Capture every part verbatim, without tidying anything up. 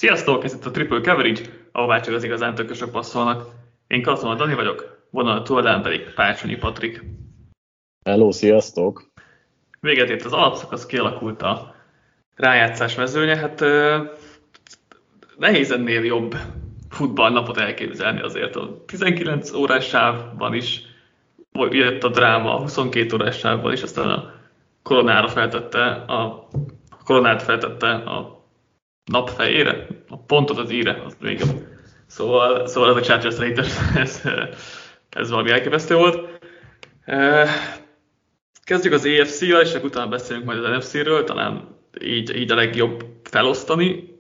Sziasztok, ez itt a Triple Coverage, ahová csak az igazán tökösök passzolnak. Én Katona Dani vagyok, vonal túladán pedig Pácsonyi Patrik. Hello, sziasztok! Véget ért az alapszakasz, kialakult a rájátszás mezőnye. Hát euh, nehéz ennél jobb futballnapot elképzelni azért. A tizenkilenc órás sávban is jött a dráma, a huszonkét órás sávban is, aztán a koronára feltette, a koronát feltette a nap fejére, a pontot az íre, az még jobb. Szóval, szóval ez a Chargers Raiders, ez, ez valami elképesztő volt. Kezdjük az á ef cé-vel, és utána beszélünk majd az en ef cé-ről, talán így, így a legjobb felosztani.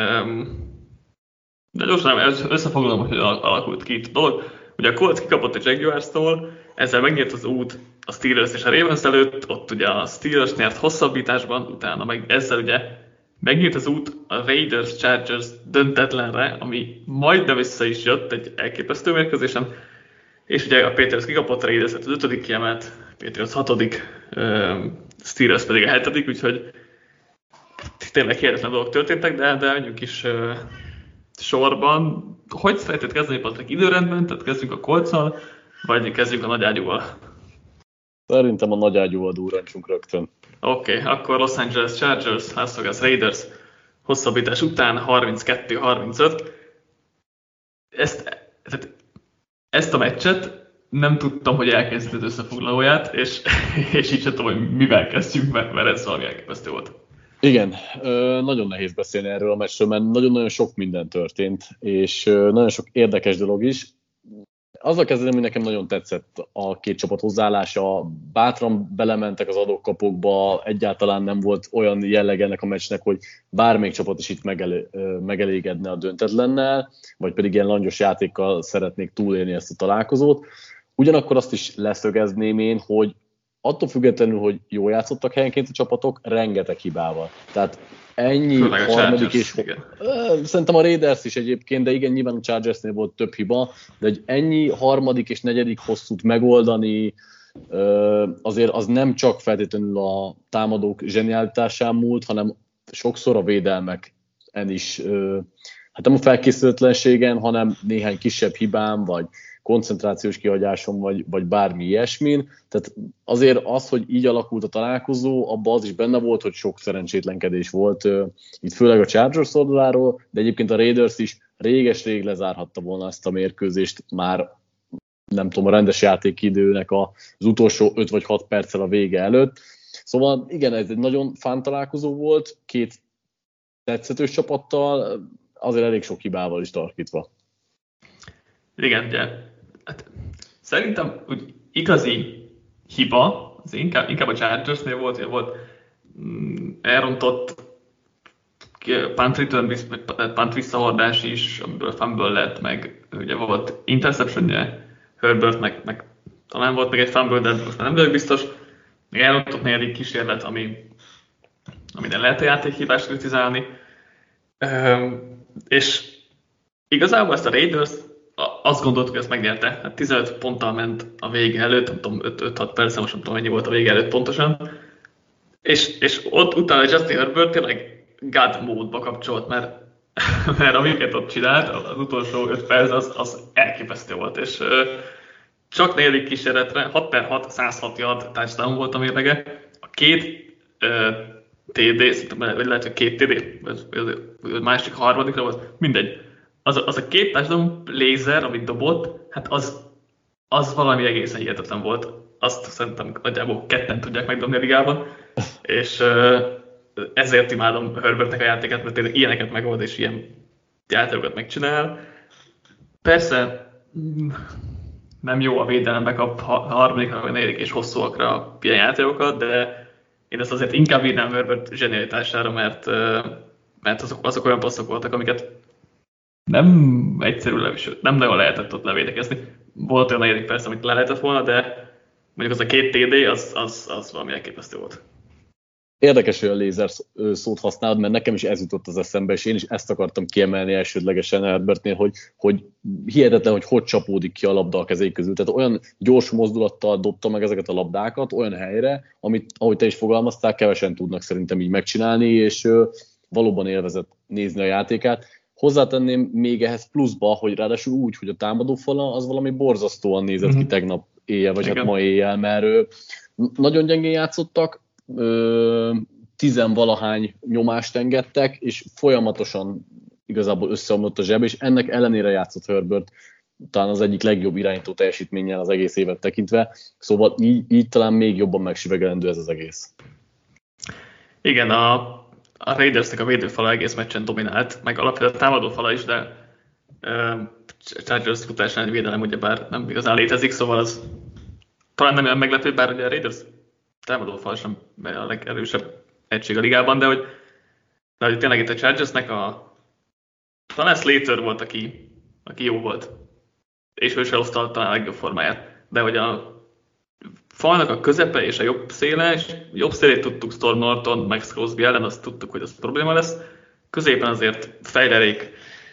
De gyorsan összefoglalom, hogy alakult ki itt a dolog. Ugye a Colts kikapott a Jaguars-tól, ezzel megnyílt az út a Steelers és a Ravens előtt, ott ugye a Steelers nyert hosszabbításban, utána meg ezzel ugye megnyílt az út a Raiders-Chargers döntetlenre, ami majdnem vissza is jött egy elképesztő mérkőzésen, és ugye a Patriots kikapott, a Raiders az ötödik kiemelt, Patriots hatodik, Steelers pedig a hetedik, úgyhogy tényleg hihetetlen dolgok történtek, de, de menjünk is uh, sorban. Hogy szeretnéd kezdeni, Patrik, időrendben? Tehát kezdjünk a Coltszal, vagy kezdjünk a nagyágyúval? Szerintem a nagyágyúval durrancsunk rögtön. Oké, okay, akkor Los Angeles Chargers, Las Vegas Raiders hosszabbítás után harminckettő harmincöt. Ezt, tehát ezt a meccset nem tudtam, hogy elkezdted összefoglalóját, és, és így sem tudom, hogy mivel kezdjünk, mert, mert ez valami elképesztő volt. Igen, nagyon nehéz beszélni erről a meccsről, mert nagyon-nagyon sok minden történt, és nagyon sok érdekes dolog is. Azzal kezdeném, hogy nekem nagyon tetszett a két csapat hozzáállása, bátran belementek az adókapokba, egyáltalán nem volt olyan jelleg ennek a meccsnek, hogy bármelyik csapat is itt megel- megelégedne a döntetlennel, vagy pedig ilyen langyos játékkal szeretnék túlélni ezt a találkozót. Ugyanakkor azt is leszögezném én, hogy attól függetlenül, hogy jól játszottak helyenként a csapatok, rengeteg hibával. Tehát ennyi Főleg harmadik és... igen. Szerintem a Raiders is egyébként, de igen, nyilván a Chargersnél volt több hiba, de egy ennyi harmadik és negyedik hosszút megoldani, azért az nem csak feltétlenül a támadók zsenialitásán múlt, hanem sokszor a védelmeken is, hát nem a felkészületlenségen, hanem néhány kisebb hibám, vagy koncentrációs kihagyáson, vagy, vagy bármi ilyesmin. Tehát azért az, hogy így alakult a találkozó, abban az is benne volt, hogy sok szerencsétlenkedés volt, itt főleg a Chargers oldaláról, de egyébként a Raiders is réges-rég lezárhatta volna ezt a mérkőzést, már nem tudom, a rendes játékidőnek az utolsó öt vagy hat perccel a vége előtt. Szóval igen, ez egy nagyon fán találkozó volt, két tetszetős csapattal, azért elég sok hibával is tarkítva. Igen, ugye, hát, szerintem úgy igazi hiba, az inkább, inkább a Chargersnél volt, hogy volt mm, elrontott punt return, punt visszahordás is, amiből fumble lett, meg ugye volt interceptionje Herbert, meg, meg talán volt meg egy fumble, de most már nem vagyok biztos, még elrontott negyedik kísérlet, ami, ami nem lehet a játékhibást kritizálni. Üm, és igazából ezt a Raiders azt gondoltuk, hogy ezt megnyerte. Hát tizenöt ponttal ment a vége előtt, nem tudom, öt-hat perc, most nem tudom, mennyi volt a vége előtt pontosan. És, és ott utána Justin Herbert tényleg God módba kapcsolt, mert, mert amiket ott csinált, az utolsó öt perc, az, az elképesztő volt. És uh, csak negyedik kísérletre, hat per hat, száz hat yard touchdown volt a mérlege. A két uh, té dé, vagy lehet, hogy két té dé, vagy másik harmadikra volt, mindegy. Az a, az a két touchdown lézer, amit dobott, hát az, az valami egészen hihetetlen volt. Azt szerintem nagyjából ketten tudják megdobni a ligában, és uh, ezért imádom Herbertnek a játékát, mert tényleg ilyeneket megold, és ilyen játékokat megcsinál. Persze nem jó a védelembe kap harmadikra, vagy negyedik és hosszúakra ilyen játékokat, de én ezt azért inkább írnám Herbert zsenialitására, mert, uh, mert azok, azok olyan passzok voltak, amiket nem egyszerű, sőt, nem nagyon lehetett ott levédekezni. Volt olyan negyedik perc, amit le lehetett volna, de mondjuk az a két té dé, az, az, az valami elképesztő volt. Érdekes, hogy a lézer szót használod, mert nekem is ez jutott az eszembe, és én is ezt akartam kiemelni elsődlegesen Herbertnél, hogy, hogy hihetetlen, hogy hogy csapódik ki a labda a kezei közül. Tehát olyan gyors mozdulattal dobta meg ezeket a labdákat olyan helyre, amit, ahogy te is fogalmaztál, kevesen tudnak szerintem így megcsinálni, és valóban élvezett nézni a játékát. Hozzátenném még ehhez pluszba, hogy ráadásul úgy, hogy a támadófala az valami borzasztóan nézett ki tegnap éjjel, vagy Igen. hát ma éjjel, mert ö, nagyon gyengén játszottak, ö, tizenvalahány nyomást engedtek, és folyamatosan igazából összeomlott a zseb, és ennek ellenére játszott Herbert talán az egyik legjobb irányító teljesítménnyel az egész évet tekintve, szóval így, így talán még jobban megsüvegelendő ez az egész. Igen, a, a Raidersnek a védőfala egész meccsen dominált, meg alapvetően a támadófala is, de uh, Chargers futásán védelem ugyebár nem igazán létezik, szóval az talán nem olyan meglepő, bár ugye a Raiders támadófala sem a legerősebb egység a ligában, de hogy, de hogy tényleg itt a Chargersnek a talán Slater volt, aki, aki jó volt, és ő se hozta talán a legjobb formáját, de hogy a falnak a közepe és a jobb széle, és jobb szélét tudtuk Storm Norton, Max Crosby ellen, azt tudtuk, hogy az probléma lesz. Középen azért fejlerék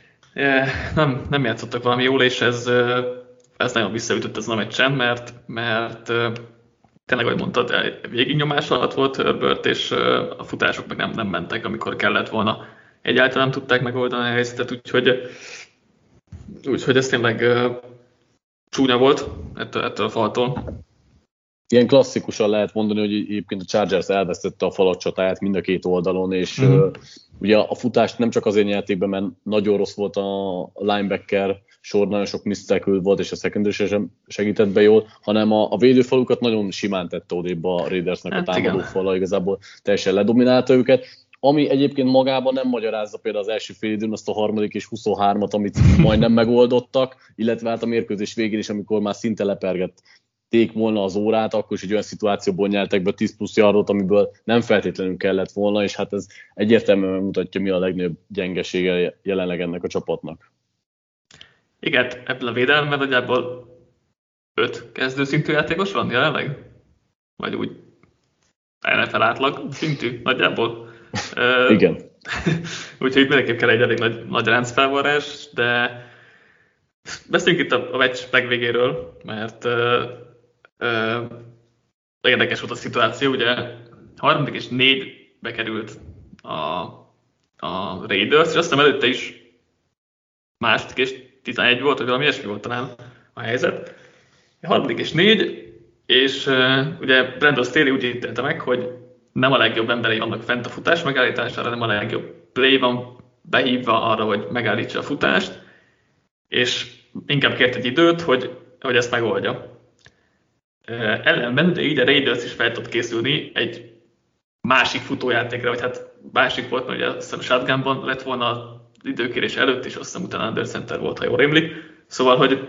nem, nem játszottak valami jól, és ez, ez nagyon visszaütött ezen a meccsen, mert, mert tényleg, ahogy mondtad, végignyomás alatt volt Herbert, és a futások meg nem, nem mentek, amikor kellett volna. Egyáltalán nem tudták megoldani a helyzetet, úgyhogy, úgyhogy ez tényleg csúnya volt ettől, ettől a faltól. Ilyen klasszikusan lehet mondani, hogy egyébként a Chargers elvesztette a falatcsatáját mind a két oldalon, és mm. uh, ugye a futást nem csak azért nyerték be, mert nagyon rossz volt a linebacker sor, nagyon sok missed tackle volt, és a secondary sem segített be jól, hanem a, a védőfalukat nagyon simán tette odébb a Raidersnek hát a támadófala, igazából teljesen ledominálta őket. Ami egyébként magában nem magyarázza például az első fél időn azt a harmadik és huszonhármat, amit majdnem megoldottak, illetve hát a mérkőzés végén is, amikor már szinte lepergették volna az órát, akkor is egy olyan szituációból nyertek be tíz plusz yardot, amiből nem feltétlenül kellett volna, és hát ez egyértelműen mutatja, mi a legnagyobb gyengesége jelenleg ennek a csapatnak. Igen, ebből a védelemben nagyjából öt kezdőszintű játékos van jelenleg? Vagy úgy en ef el átlag szintű nagyjából? Igen. Úgyhogy itt mindenképp kell egy elég nagy, nagy ráncfelvarrás, de beszéljünk itt a, a meccs legvégéről, mert uh, uh, érdekes volt a szituáció, ugye harmadik és négy bekerült a, a Raiders, és azt hiszem előtte is második és tizenegy volt, vagy valami ilyesmi volt talán a helyzet. Harmadik és négy, és uh, ugye Brandon Staley úgy ítélte meg, hogy nem a legjobb emberei vannak fent a futás megállítására, nem a legjobb play van behívva arra, hogy megállítsa a futást, és inkább kért egy időt, hogy, hogy ezt megoldja. Ellenben ugye így a Raiders is fel tud készülni egy másik futójátékra, vagy hát másik volt, mert ugye azt hiszem shotgunban lett volna az időkérés előtt, és azt hiszem utána under center volt, ha jól rémlik. Szóval, hogy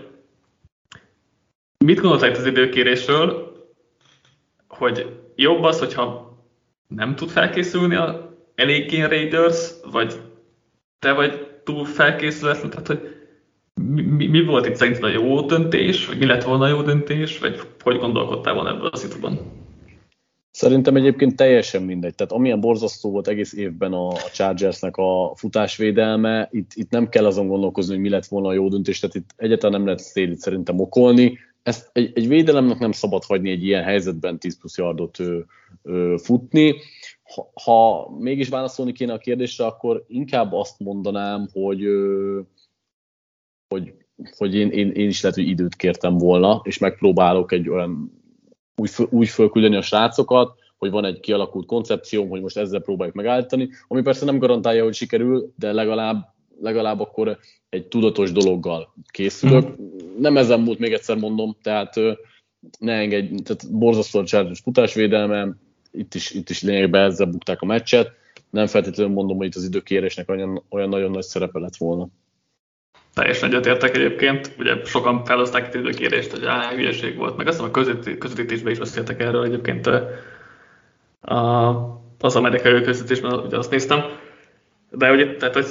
mit gondolták az időkérésről, hogy jobb az, hogyha nem tud felkészülni a eléggé Raiders, vagy te vagy túl felkészületlen, tehát hogy mi, mi, mi volt itt szerinted a jó döntés, vagy mi lett volna a jó döntés, vagy hogy gondolkodtál volna ebből a szituban? Szerintem egyébként teljesen mindegy. Tehát amilyen borzasztó volt egész évben a Chargersnek a futásvédelme, itt, itt nem kell azon gondolkozni, hogy mi lett volna a jó döntés, tehát itt egyáltalán nem lehet Staley-t szerintem okolni. Ezt egy, egy védelemnek nem szabad hagyni egy ilyen helyzetben tíz plusz yardot ö, ö, futni. Ha, ha mégis válaszolni kéne a kérdésre, akkor inkább azt mondanám, hogy, ö, hogy, hogy én, én, én is lehet, hogy időt kértem volna, és megpróbálok egy olyan úgy, föl, úgy fölküldeni a srácokat, hogy van egy kialakult koncepcióm, hogy most ezzel próbáljuk megállítani, ami persze nem garantálja, hogy sikerül, de legalább, legalább akkor egy tudatos dologgal készülök. Nem ezen múlt, még egyszer mondom, tehát ne engedj, tehát borzasztó a Chargers futásvédelme, itt is, itt is lényegben ezzel bukták a meccset, nem feltétlenül mondom, hogy itt az időkérésnek olyan, olyan nagyon nagy szerepe lett volna. Teljesen egyetértek egyébként, ugye sokan felhozták itt időkérést, hogy áh, hülyeség volt, meg azt hiszem a közvetítésben is beszéltek erről egyébként, a, az amerikai közvetítésben, ugye azt néztem, de hogy tehát, hogy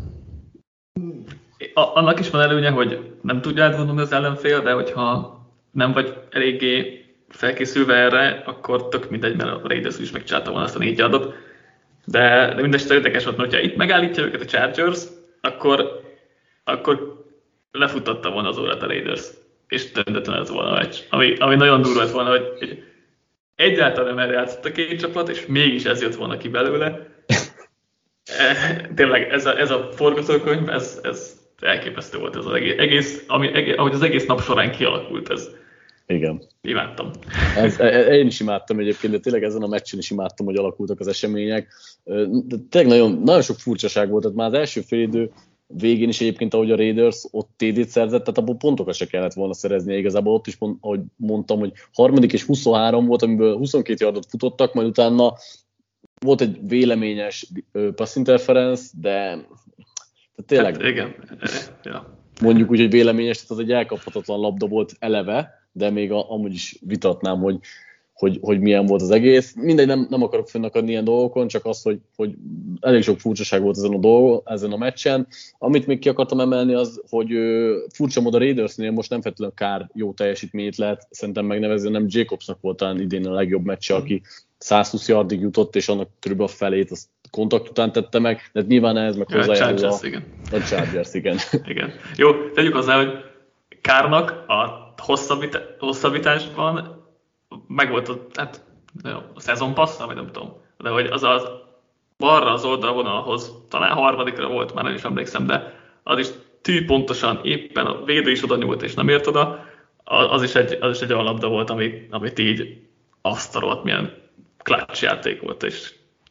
annak is van előnye, hogy nem tudja átgondolni az ellenfél, de hogyha nem vagy eléggé felkészülve erre, akkor tök mindegy, mert a Raiders is megcsinálta volna azt a négy yardot. De, de mindesetre érdekes volt, mert ha itt megállítja őket a Chargers, akkor, akkor lefuttatta volna az órát a Raiders, és döntetlen ez volna a meccs. Ami, ami nagyon durva lett volna, hogy egyáltalán nem erre játszott a két csapat, és mégis ez jött volna ki belőle. tényleg ez a, ez a forgatókönyv, ez, ez elképesztő volt ez az egész, egész ami, egész, ahogy az egész nap során kialakult ez. Igen. Imádtam. Ez, én is imádtam egyébként, de tényleg ezen a meccsen is imádtam, hogy alakultak az események. De tényleg nagyon, nagyon sok furcsaság volt, tehát már az első félidő végén is egyébként, ahogy a Raiders ott té dét szerzett, tehát abból pontokat se kellett volna szerezni igazából. Ott is, ahogy mondtam, hogy harmadik és huszonhárom volt, amiből huszonkét yardot futottak, majd utána volt egy véleményes pass interference, de tényleg... Hát, igen. Ja. Mondjuk úgy, hogy véleményes, tehát az egy elkaphatatlan labda volt eleve, de még a, amúgy is vitatnám, hogy, hogy, hogy milyen volt az egész. Mindegy, nem, nem akarok fönnakadni ilyen dolgokon, csak az, hogy, hogy elég sok furcsaság volt ezen a, dolgo, ezen a meccsen. Amit még ki akartam emelni, az, hogy furcsa módon a Raidersnél most nem feltétlenül Carr jó teljesítményt lehet szerintem megnevezni, nem Jacobsnak volt talán idén a legjobb meccse, aki százhúsz yardig jutott, és annak körülbelül a felét azt kontakt után tette meg, de nyilván ez meg hozzájárul a... igen. A Chargers, igen. igen. Jó, tegyük hozzá, hogy Carrnak a hosszabbít- hosszabbításban meg volt a, hát, a szezonpassza, vagy nem tudom, de hogy az az balra az oldalvonalhoz, talán harmadikra volt, már nem is emlékszem, de az is tű pontosan éppen a védő is oda nyúlt és nem ért oda, az is egy, az is egy olyan labda volt, amit, amit így asztalolt, milyen clutch játék volt, és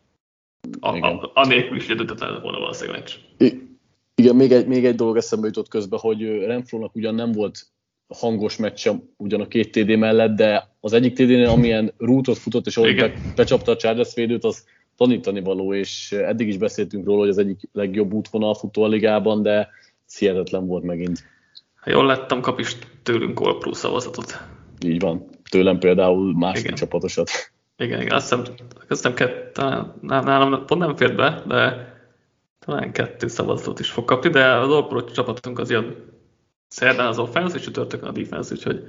a, a, anélkül is döntetlen volna valószínűleg meccs. Igen, még egy, még egy dolog eszembe jutott közben, hogy Renfrónak ugyan nem volt hangos meccse ugyan a két té dé mellett, de az egyik té dénél, amilyen rútot futott, és ahogy be, becsapta a Chargers védőt, az tanítani való, és eddig is beszéltünk róla, hogy az egyik legjobb útvonalfutó a ligában, de ez hihetetlen volt megint. Ha jól láttam, kap is tőlünk All-Pro szavazatot. Így van. Tőlem például második csapatosat. Igen, igen, azt hiszem, azt hiszem kett, nálam pont nem fért be, de talán kettő szavazatot is fog kapni, de az All-Pro csapatunk az ilyen szerdán az offense, és csütörtökön a defense, úgyhogy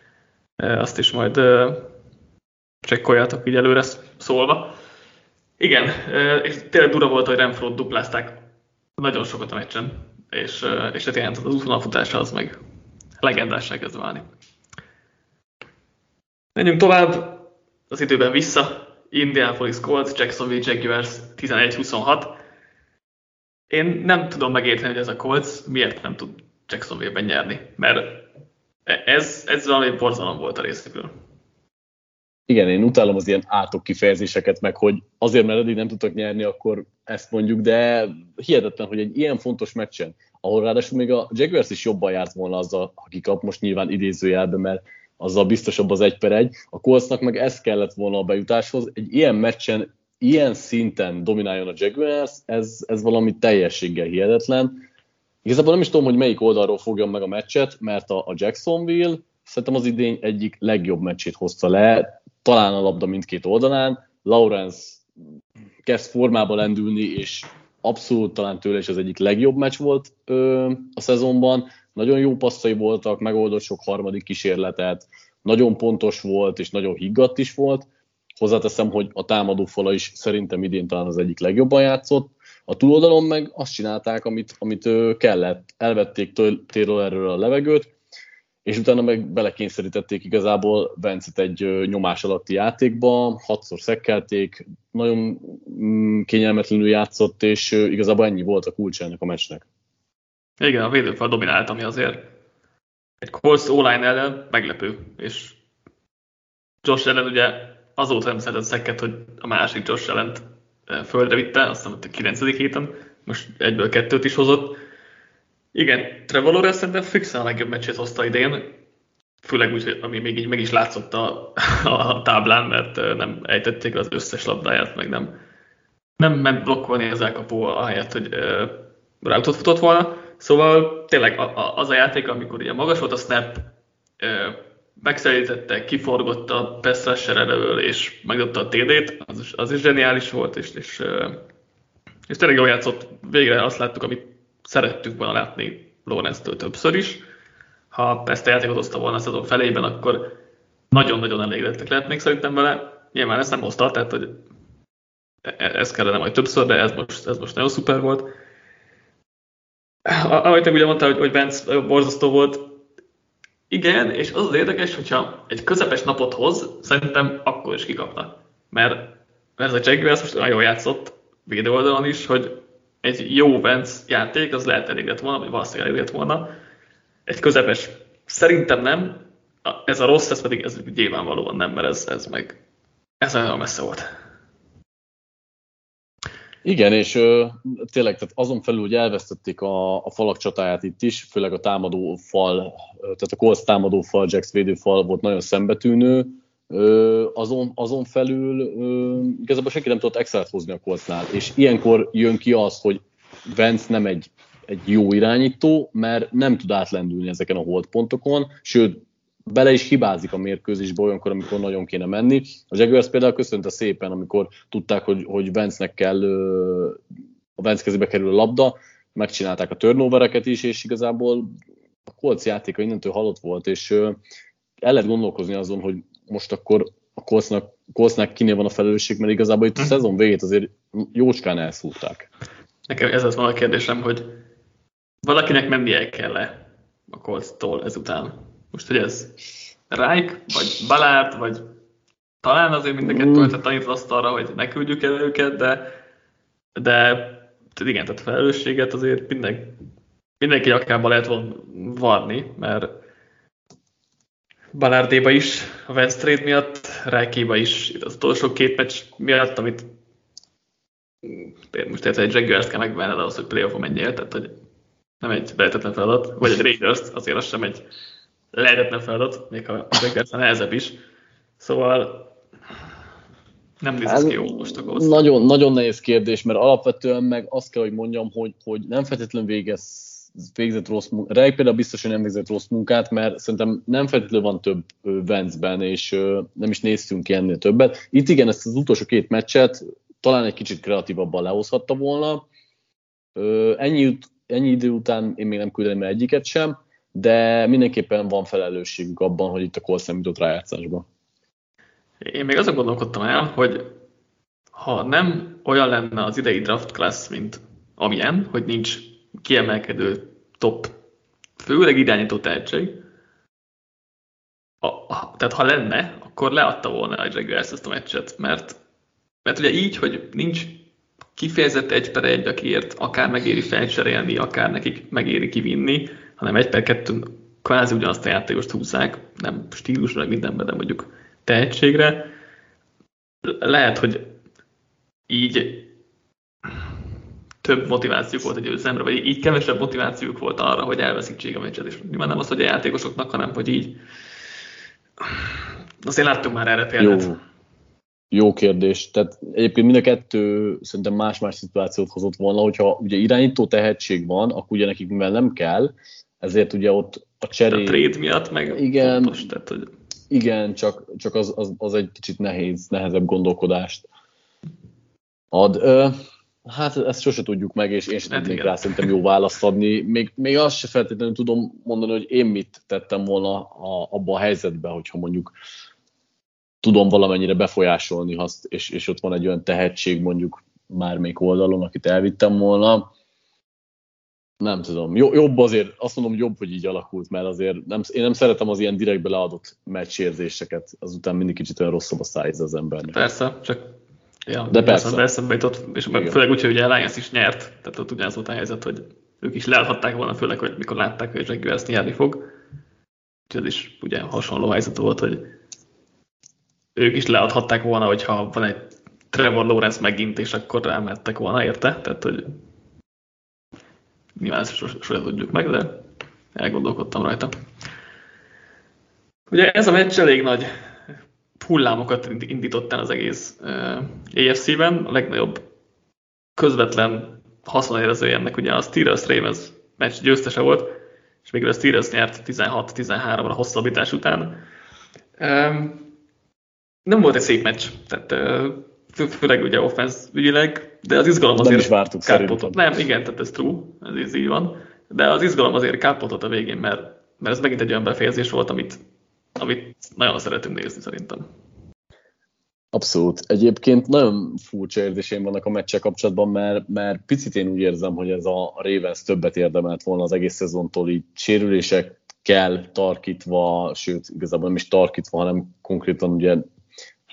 azt is majd csekkoljátok így előre szólva. Igen, és tényleg durva volt, hogy Renfrót duplázták nagyon sokat a meccsen, és, és tényleg az útvonalfutása az meg legendássá kezd válni. Menjünk tovább, az időben vissza, Indianapolis Colts, Jacksonville Jaguars tizenegy huszonhat. Én nem tudom megérteni, hogy ez a Colts miért nem tud Jacksonville-ben nyerni, mert ez, ez valami borzalom volt a részükről. Igen, én utálom az ilyen átok kifejezéseket, meg hogy azért, mert eddig nem tudtak nyerni, akkor ezt mondjuk, de hihetetlen, hogy egy ilyen fontos meccsen, ahol ráadásul még a Jaguars is jobban járt volna azzal, aki kap most nyilván idézőjelben, mert azzal biztosabb az egy per egy, a Coltsnak meg ez kellett volna a bejutáshoz. Egy ilyen meccsen, ilyen szinten domináljon a Jaguars, ez, ez valami teljességgel hihetetlen. Igazából nem is tudom, hogy melyik oldalról fogjam meg a meccset, mert a, a Jacksonville szerintem az idény egyik legjobb meccsét hozta le, talán a labda mindkét oldalán. Lawrence kezd formába lendülni, és abszolút talán tőle is az egyik legjobb meccs volt ö, a szezonban. Nagyon jó passzai voltak, megoldott sok harmadik kísérletet, nagyon pontos volt, és nagyon higgadt is volt. Hozzáteszem, hogy a támadó fala is szerintem idén talán az egyik legjobban játszott. A túloldalon meg azt csinálták, amit, amit kellett. Elvették tőle erről a levegőt, és utána meg belekényszerítették igazából Vencet egy nyomás alatti játékba, hatszor szekkelték, nagyon kényelmetlenül játszott, és igazából ennyi volt a kulcs ennek a meccsnek. Igen, a védőfal dominált, ami azért egy Colts O-line ellen meglepő, és Josh Allen ugye azóta nem szeretett szekket, hogy a másik Josh Allent földre vitte, azt hiszem, hogy a kilencedik héten, most egyből kettőt is hozott. Igen, Trevor Lawrence szerintem fixen a legjobb meccsét hozta idén, főleg úgy, ami még így meg is látszott a, a táblán, mert nem ejtették az összes labdáját, meg nem, nem ment blokkolni az elkapó ahelyett, hogy ráutat futott volna. Szóval tényleg az a játék, amikor ugye magas volt a snap, megszerítette, kiforgott a pass rusher elől, és megdobta a té dét, az is, az is zseniális volt, és, és, és tényleg jól játszott. Végre azt láttuk, amit szerettük volna látni Lawrence-től többször is. Ha ezt a játékot hozta volna a szezon felében, akkor nagyon-nagyon elégedettek lehetnék szerintem vele. Nyilván ezt nem hozta, tehát hogy ez kellene majd többször, de ez most, ez most nagyon szuper volt. Ahogy te ugye mondtál, hogy, hogy Vance borzasztó volt, igen, és az az érdekes, hogyha egy közepes napot hoz, szerintem akkor is kikapna. Mert, mert ez a Jaguars most olyan jól játszott védő oldalon is, hogy egy jó Vance játék, az lehet elég lett volna, vagy valószínűleg elég lett volna. Egy közepes szerintem nem, ez a rossz, ez pedig ez nyilvánvalóan nem, mert ez, ez meg ez nagyon messze volt. Igen, és ö, tényleg tehát azon felül, hogy elvesztették a, a falak csatáját itt is, főleg a támadó fal, tehát a Colts támadó fal, Jacks védőfal volt nagyon szembetűnő, ö, azon, azon felül ö, igazából senki nem tudott Excel-t hozni a Coltsnál, és ilyenkor jön ki az, hogy Vance nem egy, egy jó irányító, mert nem tud átlendülni ezeken a holdpontokon, sőt, bele is hibázik a mérkőzésbe olyankor, amikor nagyon kéne menni. A Jaguars például köszönte szépen, amikor tudták, hogy, hogy Vance-nek kell, a Vance kezébe kerül a labda, megcsinálták a turnovereket is, és igazából a Colts játéka innentől halott volt, és el lehet gondolkozni azon, hogy most akkor a Coltsnak, Coltsnak kinél van a felelősség, mert igazából itt a szezon végét azért jócskán elszúrták. Nekem ez az van a kérdésem, hogy valakinek mennie kell-e a Colts-tól ezután? Most, hogy ez Reich, vagy Ballard, vagy talán azért mind a kettő töltett annyit az asztalra, hogy ne küldjük el őket, de, de igen, tehát felelősséget azért minden, mindenki akába lehet volna varni, mert Ballardéba is, a Vance trade miatt, Reikéba is, az utolsó két meccs miatt, amit most érted, egy Jaguars kell megvenned ahhoz, hogy playoff-on menjél, tehát hogy nem egy lehetetlen feladat, vagy egy Raiders, azért az sem egy lehetetlen feladat, még ha a Jaguars nehezebb is. Szóval nem néz ez ki jó most a Colts. Nagyon, nagyon nehéz kérdés, mert alapvetően meg azt kell, hogy mondjam, hogy, hogy nem feltétlenül végez, végzett rossz munkát. Reich például biztos, hogy nem végzett rossz munkát, mert szerintem nem feltétlenül van több Vance-ben, és nem is néztünk ki ennél többet. Itt igen, ezt az utolsó két meccset talán egy kicsit kreatívabban lehozhatta volna. Ennyi, ennyi idő után én még nem küldeném el egyiket sem, de mindenképpen van felelősségük abban, hogy itt a Colts nem jutott rájátszásba. Én még azon gondolkodtam el, hogy ha nem olyan lenne az idei draft class, mint amilyen, hogy nincs kiemelkedő top, főleg irányító tehetség, a, a, tehát ha lenne, akkor leadta volna a Jaguars ezt a meccset, mert, mert ugye így, hogy nincs kifejezett egy per egy, akiért akár megéri felcserélni, akár nekik megéri kivinni, hanem egy per kettő kvázi ugyanazt a játékost húzzák, nem stílusra, meg mindenben, de mondjuk tehetségre. Lehet, hogy így több motivációk volt egy győzelemre, vagy így kevesebb motivációk volt arra, hogy elveszítsék a meccset. És nyilván nem az, hogy a játékosoknak, hanem hogy így. Azért láttunk már erre példát. Jó, jó kérdés. Tehát egyébként mind a kettő szerintem más-más szituációt hozott volna, hogyha ugye irányító tehetség van, akkor ugye nekik mivel nem kell, ezért ugye ott a cseré... A trade miatt meg igen, fontos, tehát, hogy... Igen, csak, csak az, az, az egy kicsit nehéz, nehezebb gondolkodást ad. Ö, hát ezt sose tudjuk meg, és én sem hát tudnék rá szerintem jó választ adni. Még, még azt se feltétlenül tudom mondani, hogy én mit tettem volna a, abba a helyzetbe, hogyha mondjuk tudom valamennyire befolyásolni azt, és, és ott van egy olyan tehetség mondjuk bármelyik oldalon, akit elvittem volna. Nem tudom, jobb azért, azt mondom, jobb, hogy így alakult, mert azért nem, én nem szeretem az ilyen direktbe leadott meccsérzéseket, azután mindig kicsit olyan rosszabb a szájz az embernek. Persze, csak ja, de persze. Eszembe jutott, és igen. Főleg úgy, hogy ugye Lions is nyert, tehát ott ugyanaz volt a helyzet, hogy ők is leadhatták volna, főleg, hogy mikor látták, hogy Jaguars nyerni fog. Úgyhogy ez is ugye hasonló helyzet volt, hogy ők is leadhatták volna, hogyha van egy Trevor Lawrence megint, és akkor rámettek volna, érte? Tehát, hogy nyilván ezt sosem tudjuk meg, de elgondolkodtam rajta. Ugye ez a meccs elég nagy hullámokat indított el az egész uh, á ef cé-ben. A legnagyobb közvetlen haszonérezője ennek ugye a Steelers-Ravens meccs győztese volt, és végül a Steelers nyert tizenhat tizenháromra a hosszabbítás után. Um, nem volt egy szép meccs, tehát uh, fő, főleg ugye offense ügyileg, de az izgalom azért... Nem is vártuk szerintem. Nem, igen, tehát ez true, ez így van, de az izgalom azért kárpontot a végén, mert, mert ez megint egy olyan befejezés volt, amit, amit nagyon szeretünk nézni szerintem. Abszolút. Egyébként nagyon furcsa érzéseim vannak a meccsel kapcsolatban, mert, mert picit én úgy érzem, hogy ez a Ravens többet érdemelt volna az egész szezontól, így sérülésekkel tarkítva, sőt, igazából nem is tarkítva, hanem konkrétan ugye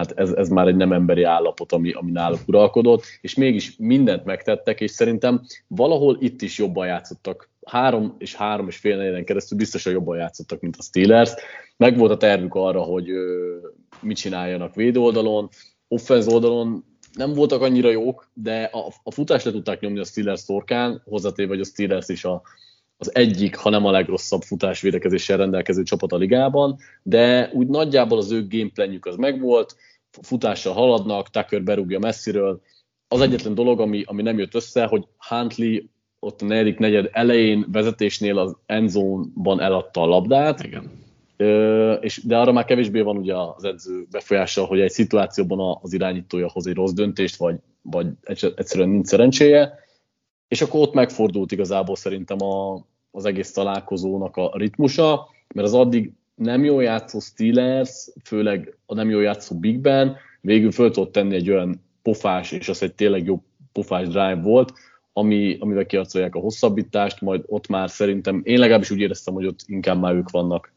hát ez, ez már egy nem emberi állapot, ami, ami náluk uralkodott, és mégis mindent megtettek, és szerintem valahol itt is jobban játszottak. Három és három és fél negyen keresztül biztosan jobban játszottak, mint a Steelers. Meg volt a tervük arra, hogy ö, mit csináljanak védőoldalon, offense oldalon nem voltak annyira jók, de a, a futást le tudták nyomni a Steelers torkán, hozzátéve, hogy a Steelers is a, az egyik, ha nem a legrosszabb futásvédekezéssel rendelkező csapat a ligában, de úgy nagyjából az ő gameplanjük az megvolt, futással haladnak, Tucker berúgja messziről. Az egyetlen dolog, ami, ami nem jött össze, hogy Huntley ott a negyedik negyed elején vezetésnél az endzone-ban eladta a labdát, Igen. Ö, és, de arra már kevésbé van ugye az edző befolyással, hogy egy szituációban az irányítója hoz egy rossz döntést, vagy, vagy egyszerűen nincs szerencséje, és akkor ott megfordult igazából szerintem a, az egész találkozónak a ritmusa, mert az addig nem jól játszó Steelers, főleg a nem jól játszó Big Ben, végül föl tudott tenni egy olyan pofás, és az egy tényleg jó pofás drive volt, ami, amivel kiharcolják a hosszabbítást, majd ott már szerintem, én legalábbis úgy éreztem, hogy ott inkább már ők vannak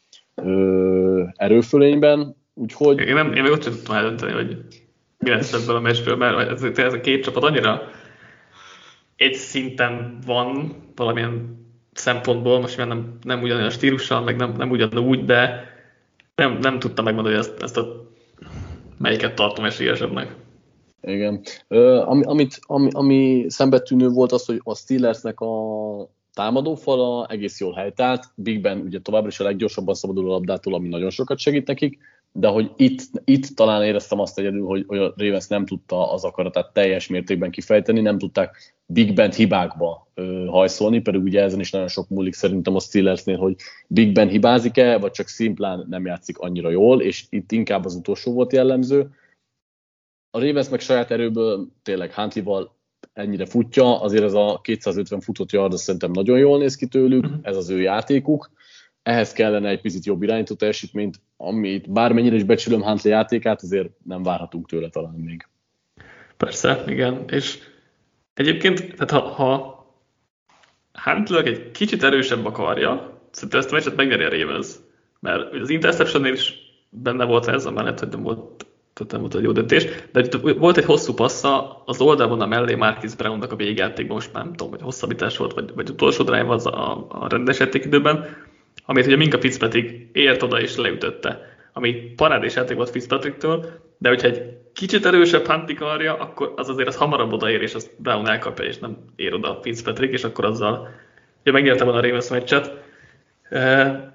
ö, erőfölényben, úgyhogy... Én, nem, én még ott sem tudtam eldönteni, hogy mi lesz ebből a meccsből, mert ez, ez a két csapat annyira egy szinten van valamilyen szempontból, most már nem, nem ugyanolyan stílussal, meg nem, nem ugyanúgy, de nem, nem tudtam megmondani, hogy ezt, ezt a melyiket tartom esélyesebbnek. Igen. Ö, ami, amit, ami, ami szembetűnő volt az, hogy a Steelersnek a támadófala egész jól helytált. Big Ben ugye továbbra is a leggyorsabban szabadul a labdától, ami nagyon sokat segít nekik, de hogy itt, itt talán éreztem azt egyedül, hogy, hogy a Ravens nem tudta az akaratát teljes mértékben kifejteni, nem tudták Big Ben hibákba ö, hajszolni, pedig ugye ezen is nagyon sok múlik szerintem a Steelersnél, hogy Big Ben hibázik-e, vagy csak szimplán nem játszik annyira jól, és itt inkább az utolsó volt jellemző. A Ravens meg saját erőből tényleg Huntley-val ennyire futja, azért ez a kétszázötven futott yard, az szerintem nagyon jól néz ki tőlük, uh-huh. Ez az ő játékuk. Ehhez kellene egy picit jobb irányító teljesítményt, amit bármennyire is becsülöm Huntley játékát, azért nem várhatunk tőle talán még. Persze, igen, és egyébként, tehát ha, ha Huntley egy kicsit erősebb akarja, szerintem ezt a meccset megnyeri a Ravens, mert az interceptionnél is benne volt ez, amellett, hogy nem volt nem volt egy jó döntés, de volt egy hosszú passza az oldalvonal mellé Marquise Brownnak a végjátékban, most már nem tudom, hogy hosszabbítás volt, vagy, vagy utolsó drive az a, a rendes játékidőben, amit ugye Minka Fitzpatrick ért oda és leütötte, ami parádés játék volt Fitzpatricktől, de hogyha egy kicsit erősebb Huntley karja, akkor az azért az hamarabb odaér, és azt Brown elkapja, és nem ér oda Fitzpatrick, és akkor azzal ugye megnyerte volna a Ravens meccset. Uh,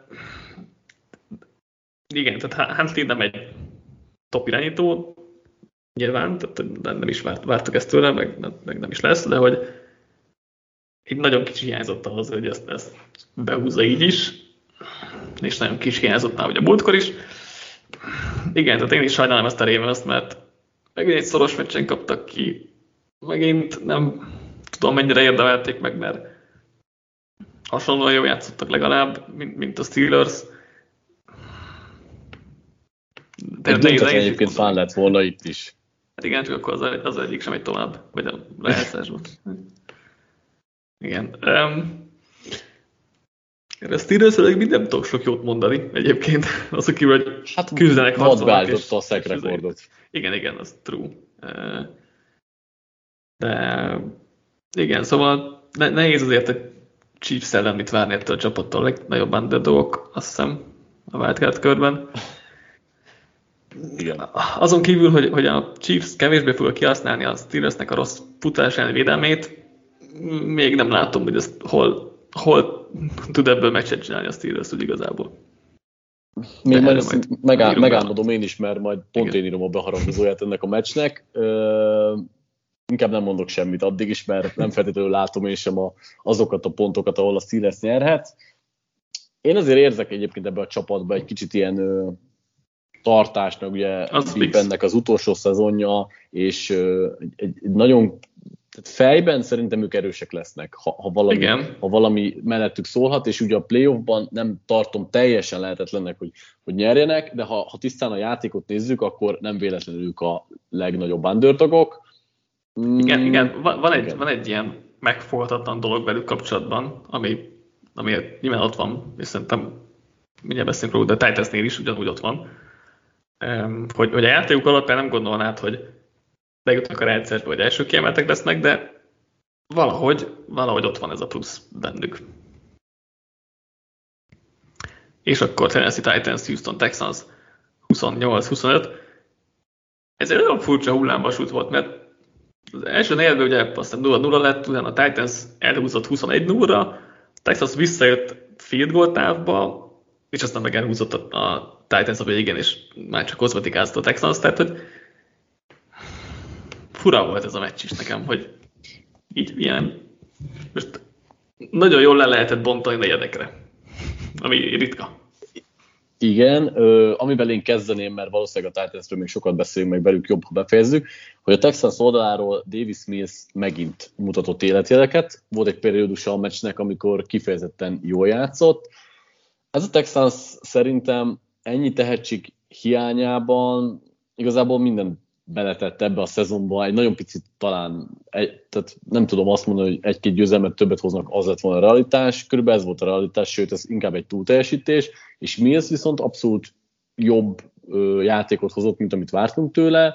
igen, tehát Huntley nem egy top irányító, nyilván, tehát nem is várt, vártuk ezt tőle, meg, meg nem is lesz, de hogy így nagyon kicsi hiányzott ahhoz, hogy ezt, ezt behúzza így is, és nagyon kicsi hiányzott már ugye a múltkor is. Igen, tehát én is sajnálom ezt a Ravens-t, mert megint egy szoros meccsen kaptak ki, megint nem tudom mennyire érdemelték meg, mert hasonlóan jól játszottak legalább, mint, mint a Steelers. De döntetlen egyébként fán lett volna itt is. Hát igen, csak akkor az, az egyik sem megy tovább, vagy a rájátszásban. Igen. Um, erre a Steelers-ről mind nem tudok sok jót mondani egyébként. Azok kívül, hogy hát, küzdenek, harcolnak. Hát a szek rekordot. Igen, igen, az true. De igen, szóval nehéz azért egy Chiefs ellen mit várni ettől a csapattól. A legnagyobb underdog, azt hiszem, a wildcard körben. Igen. Azon kívül, hogy, hogy a Chiefs kevésbé fogja kihasználni a Steelersnek a rossz futás elleni védelmét, még nem látom, hogy ezt hol, hol tud ebből meccset csinálni a Steelers úgy igazából. Még majd majd megál, megálmodom én is, mert majd pont igen. Én írom a beharangozóját ennek a meccsnek. Ö, inkább nem mondok semmit addig is, mert nem feltétlenül látom én sem a, azokat a pontokat, ahol a Steelers nyerhet. Én azért érzek egyébként ebbe a csapatba egy kicsit ilyen ö, tartást, meg ugye ennek az utolsó szezonja, és ö, egy, egy nagyon tehát fejben szerintem ők erősek lesznek, ha, ha, valami, ha valami mellettük szólhat, és ugye a playoffban nem tartom teljesen lehetetlennek, hogy, hogy nyerjenek, de ha, ha tisztán a játékot nézzük, akkor nem véletlenül ők a legnagyobb underdogok. Mm, igen, igen. Van, van, egy, igen. van egy ilyen megfoghatatlan dolog velük kapcsolatban, ami, ami nyilván ott van, és szerintem mindjárt beszélünk róla, de Titansnél is ugyanúgy ott van, hogy, hogy a játékuk alapján nem gondolnád, hogy bejutnak a rendszerbe, vagy első kiemeltek lesznek, de valahogy, valahogy ott van ez a plusz bennük. És akkor Tennessee Titans, Houston Texans huszonnyolc huszonöt. Ez egy olyan furcsa hullámvasút volt, mert az első negyedben ugye azt hiszem nulla nulla lett, utána a Titans elhúzott huszonegy nullra, a Texans visszajött field goal távba, és aztán meg elhúzott a, a Titans a végén, és már csak kozmetikázott a Texans, tehát hogy fura volt ez a meccs is nekem, hogy így ilyen, most nagyon jól le lehetett bontani negyedekre, ami ritka. Igen, ö, amivel én kezdeném, mert valószínűleg a Titansről még sokat beszélünk, meg velük jobb, ha befejezzük, hogy a Texans oldaláról Davis Mills megint mutatott életjeleket. Volt egy periódusa a meccsnek, amikor kifejezetten jól játszott. Ez a Texans szerintem ennyi tehetség hiányában igazából minden beletett ebbe a szezonba, egy nagyon picit talán, egy, tehát nem tudom azt mondani, hogy egy-két győzelmet többet hoznak, az lett volna a realitás, körülbelül ez volt a realitás, sőt ez inkább egy túlteljesítés, és Mills viszont abszolút jobb ö, játékot hozott, mint amit vártunk tőle.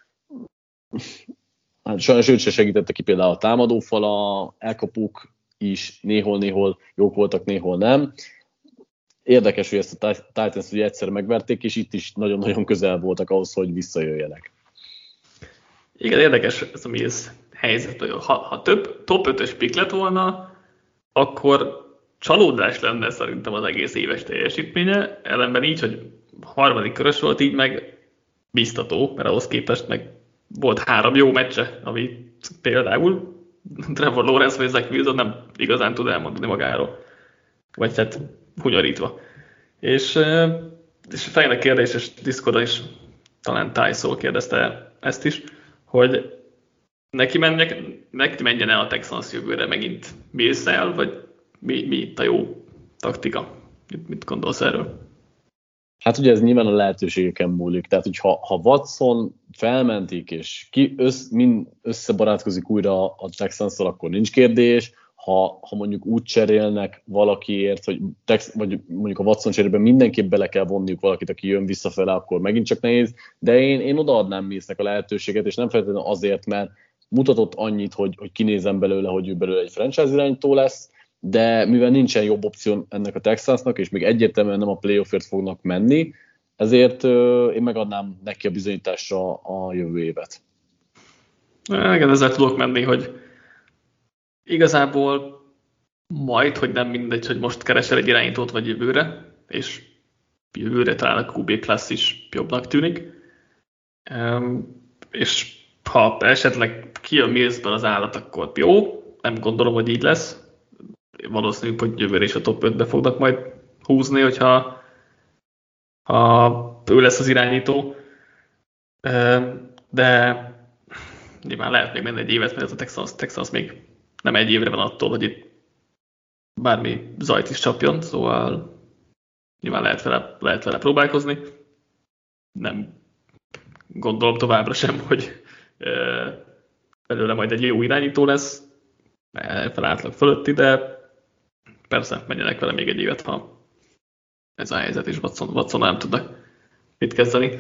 Hát sajnos őt se segítette ki például a támadófala, elkapuk is néhol-néhol jók voltak, néhol nem. Érdekes, hogy ezt a Titans ugye egyszer megverték, és itt is nagyon-nagyon közel voltak ahhoz, hogy visszajöjjenek. Igen, érdekes ez a Mills helyzet. Ha, ha több top ötös pick lett volna, akkor csalódás lenne szerintem az egész éves teljesítménye. Ellenben így, hogy harmadik körös volt, így meg biztató, mert ahhoz képest meg volt három jó meccse, ami például Trevor Lawrence vagy Zach Wilson nem igazán tud elmondani magáról. Vagy hát hunyorítva. És, és fejnek kérdés, és Discordon is talán Tyson kérdezte ezt is, hogy neki, menjek, neki menjen el a Texans jövőre megint Mills-el, vagy mi, mi itt a jó taktika? Mit, mit gondolsz erről? Hát ugye ez nyilván a lehetőségeken múlik, tehát hogyha ha Watson felmentik, és ki össz, mind összebarátkozik újra a Texans-szal, akkor nincs kérdés. Ha, ha mondjuk úgy cserélnek valakiért, hogy Tex, vagy mondjuk a Watson cserében mindenképp bele kell vonniuk valakit, aki jön visszafele, akkor megint csak nehéz. De én, én odaadnám Millsnek a lehetőséget, és nem feltétlenül azért, mert mutatott annyit, hogy, hogy kinézem belőle, hogy ő belőle egy franchise irányító lesz, de mivel nincsen jobb opció ennek a Texansnak, és még egyértelműen nem a playoffért fognak menni, ezért euh, én megadnám neki a bizonyításra a jövő évet. Igen, ezzel tudok menni, hogy igazából majd, hogy nem mindegy, hogy most keresel egy irányítót vagy jövőre, és jövőre talán a kú bé Class is jobbnak tűnik. Um, és ha esetleg kijön Millsből az állat, akkor jó. Nem gondolom, hogy így lesz. Valószínűleg, hogy jövőre is a top ötbe fognak majd húzni, hogyha ha ő lesz az irányító. Um, de nyilván lehet még menni egy évet, mert ez a Texans, Texans még nem egy évre van attól, hogy itt bármi zajt is csapjon, szóval nyilván lehet vele, lehet vele próbálkozni. Nem gondolom továbbra sem, hogy e, belőle majd egy jó irányító lesz, fel átlag fölötti, de persze menjenek vele még egy évet, ha ez a helyzet, és Watson, Watson nem tudnak mit kezdeni.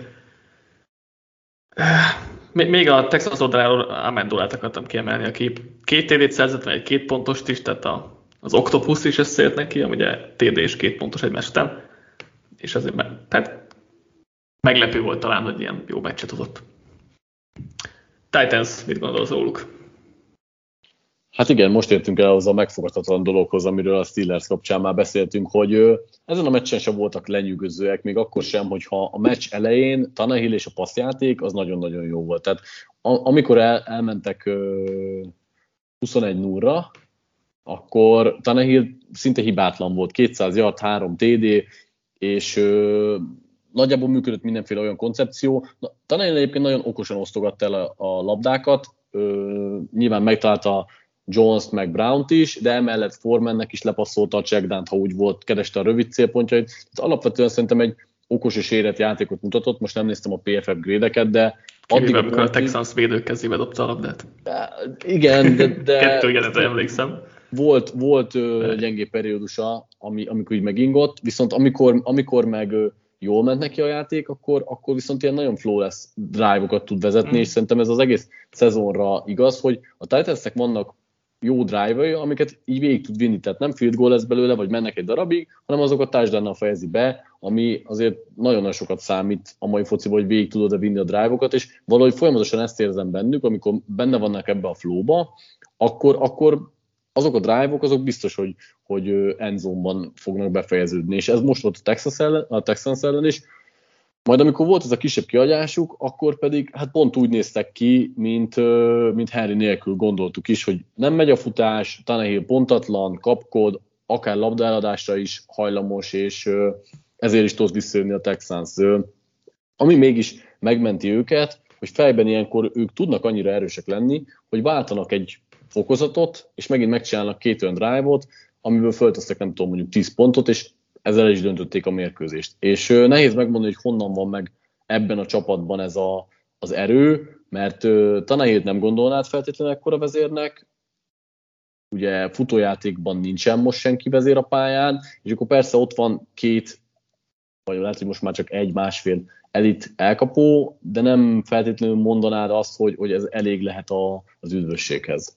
Még a Texans oldaláról Amendolát akartam kiemelni, aki két té dét szerzett, vagy egy két pontost is, tehát a, az Octopus is összejött neki, ami ugye té dé és két pontos egymás után, és azért me- tehát meglepő volt talán, hogy ilyen jó meccset hozott. Titans, mit gondolsz róluk? Hát igen, most értünk el ahhoz a megfogadhatatlan dologhoz, amiről a Steelers kapcsán már beszéltünk, hogy ezen a meccsen sem voltak lenyűgözőek, még akkor sem, hogyha a meccs elején Tannehill és a passzjáték az nagyon-nagyon jó volt. Tehát amikor el, elmentek huszonegy nullra, akkor Tannehill szinte hibátlan volt, kétszáz yard, három té dé, és ö, nagyjából működött mindenféle olyan koncepció. Tannehill egyébként nagyon okosan osztogatta el a, a labdákat, ö, nyilván megtalálta Jones-t meg Brown-t is, de emellett Foremannek is lepasszolta a checkdownt, ha úgy volt, kereste a rövid célpontjait. Tehát alapvetően szerintem egy okos és érett játékot mutatott, most nem néztem a pé ef ef grédeket, de addig, amikor a Texans védők kezébe dobta a labdát. De, igen, de... de Kettő ilyenetre emlékszem. Volt, volt ö, gyengé periódusa, ami, amikor így megingott, viszont amikor, amikor meg ö, jól ment neki a játék, akkor, akkor viszont ilyen nagyon flawless drive-okat tud vezetni, mm. és szerintem ez az egész szezonra igaz, hogy a Titansnek vannak jó drive-ai, amiket így végig tud vinni, tehát nem field goal lesz belőle, vagy mennek egy darabig, hanem azokat touchdownnal fejezi be, ami azért nagyon-nagyon sokat számít a mai fociban, hogy végig tudod vinni a drive-okat, és valahogy folyamatosan ezt érzem bennük, amikor benne vannak ebbe a flow-ba, akkor, akkor azok a drive-ok, azok biztos, hogy, hogy endzone-ban fognak befejeződni, és ez most volt a Texas ellen, a Texans ellen is. Majd amikor volt ez a kisebb kiadásuk, akkor pedig hát pont úgy néztek ki, mint, mint Henry nélkül gondoltuk is, hogy nem megy a futás, Tannehill pontatlan, kapkod, akár labdaeladásra is hajlamos, és ezért is tud visszajönni a Texans. Ami mégis megmenti őket, hogy fejben ilyenkor ők tudnak annyira erősek lenni, hogy váltanak egy fokozatot, és megint megcsinálnak két olyan drive-ot, amiből föltesznek nem tudom mondjuk tíz pontot, és ezzel is döntötték a mérkőzést. És uh, nehéz megmondani, hogy honnan van meg ebben a csapatban ez a, az erő, mert uh, Tannehillt nem gondolnád feltétlenül ekkora vezérnek, ugye futójátékban nincsen most senki vezér a pályán, és akkor persze ott van két, vagy lehet, hogy most már csak egy-másfél elit elkapó, de nem feltétlenül mondanád azt, hogy, hogy ez elég lehet a, az üdvösséghez.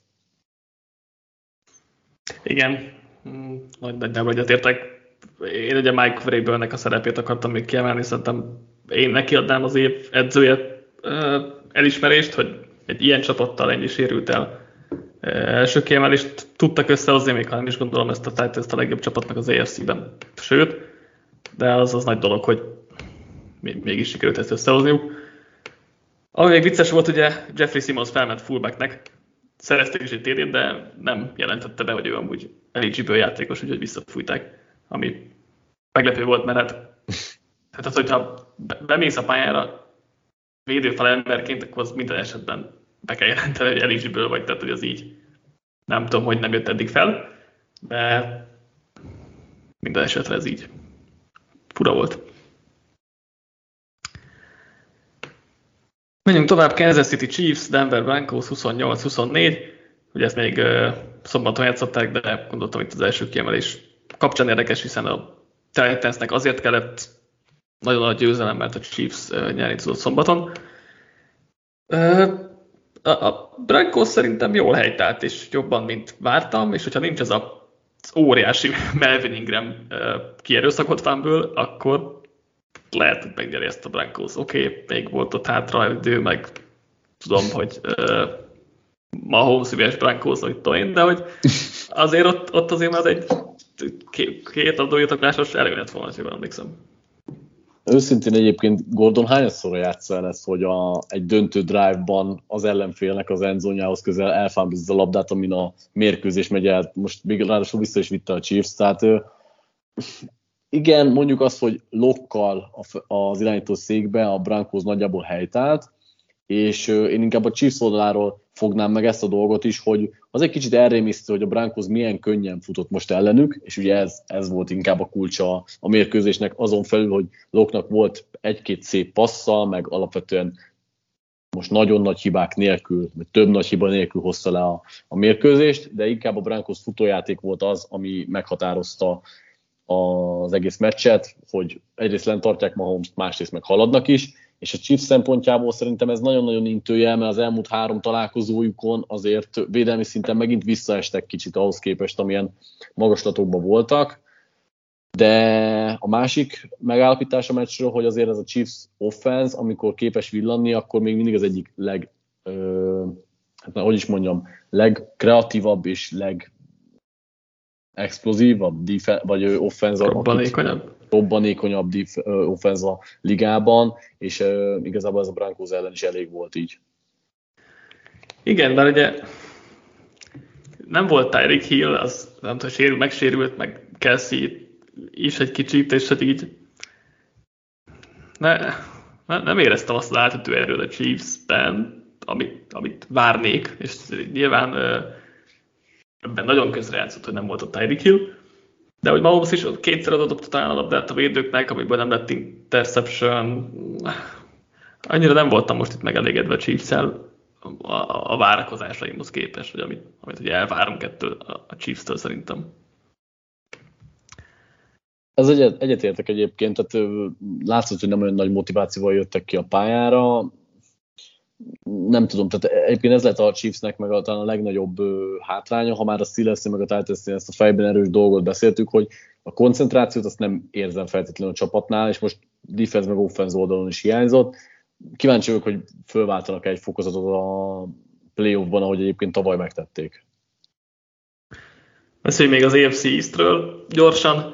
Igen, nagy nagyjából egyetértek. Én ugye Mike Vrabelnek a szerepét akartam még kiemelni, szerintem én neki adnám az év edzője elismerést, hogy egy ilyen csapattal ennyi sérült el első kiemelést tudtak összehozni, még ha nem is gondolom ezt a Titans a legjobb csapatnak az á ef cé-ben. Sőt, de az az nagy dolog, hogy mégis sikerült ezt összehozniuk. Ami még vicces volt, ugye Jeffrey Simmons felment fullbacknek, szerezték is egy té dét, de nem jelentette be, hogy ő amúgy eligible játékos, úgyhogy visszafújták, ami meglepő volt, mert hát, hát az, hogyha bemész a pályára védőfal emberként, akkor az minden esetben be kell jelenteni, hogy eligible vagy, tehát hogy az így nem tudom, hogy nem jött eddig fel, de minden esetre ez így fura volt. Menjünk tovább, Kansas City Chiefs, Denver Broncos huszonnyolc huszonnégy, ugye ezt még uh, szombaton játszották, de gondoltam itt az első kiemelés kapcsán érdekes, hiszen a Titansnek azért kellett nagyon nagy győzelem, mert a Chiefs uh, nyerni tudott szombaton. Uh, a, a Broncos szerintem jól helytált, és jobban, mint vártam, és hogyha nincs ez a, az óriási Melvin Ingram uh, kierőszakolt fánből, akkor lehet, hogy megnyeri ezt a Broncos. Oké, okay, még volt ott hátra idő, meg tudom, hogy uh, Mahomes ügyes Broncos, hogy tudom, de hogy azért ott, ott azért már egy két, két adójutaklásos előnyet volna, hogy emlékszem. Őszintén egyébként Gordon hányszorra játsza el ezt, hogy a, egy döntő drive-ban az ellenfélnek az endzónjához közel elfámbizza a labdát, amin a mérkőzés megy el. Most még ráadásul vissza is vitte a Chiefs, tehát igen, mondjuk azt, hogy lokkal az irányító székbe a Broncos nagyjából helytált, és én inkább a Chiefs oldaláról fognám meg ezt a dolgot is, hogy az egy kicsit elrémisztő, hogy a Broncos milyen könnyen futott most ellenük, és ugye ez, ez volt inkább a kulcsa a mérkőzésnek, azon felül, hogy Locke-nak volt egy-két szép passza, meg alapvetően most nagyon nagy hibák nélkül, vagy több nagy hiba nélkül hozta le a, a mérkőzést, de inkább a Broncos futójáték volt az, ami meghatározta az egész meccset, hogy egyrészt lent tartják Mahomes-t, másrészt meg haladnak is, és a Chiefs szempontjából szerintem ez nagyon-nagyon intőjel, mert az elmúlt három találkozójukon azért védelmi szinten megint visszaestek kicsit ahhoz képest, amilyen magaslatokban voltak, de a másik megállapítás a meccsről, hogy azért ez a Chiefs offense, amikor képes villanni, akkor még mindig az egyik leg, ö, hát hogy is mondjam, legkreatívabb és leg explozívabb defen- vagy offenza, robbanékonyabb, robbanékonyabb dif- offenza ligában, és uh, igazából ez a Broncos ellen is elég volt így. Igen, bár ugye nem volt Tyreek Hill, az nem tudom, sérül, megsérült, meg Kelsey is egy kicsit, és hát így ne, ne, nem éreztem azt az átütő erőt a Chiefs-ben, amit, amit várnék, és nyilván uh, ebben nagyon közrejátszott, hogy nem volt a Tyreek Hill, de hogy Mahomes is kétszer adott talán a labdát a védőknek, amiből nem lett interception. Annyira nem voltam most itt megelégedve a Chiefs-szel a, a várakozásaimhoz képest, vagy amit, amit ugye elvárunk ettől a Chiefs-től szerintem. Ez egyet, egyetértek egyébként, tehát látszott, hogy nem olyan nagy motivációval jöttek ki a pályára. Nem tudom, tehát egyébként ez lett a Chiefsnek meg a, talán a legnagyobb hátránya, ha már a Steelers-nél meg a Titans-nél ezt a fejben erős dolgot beszéltük, hogy a koncentrációt azt nem érzem feltétlenül a csapatnál, és most defense meg offense oldalon is hiányzott. Kíváncsi vagyok, hogy fölváltanak egy fokozatot a playoffban, ahogy egyébként tavaly megtették. Beszéljünk még az á ef cé Eastről gyorsan.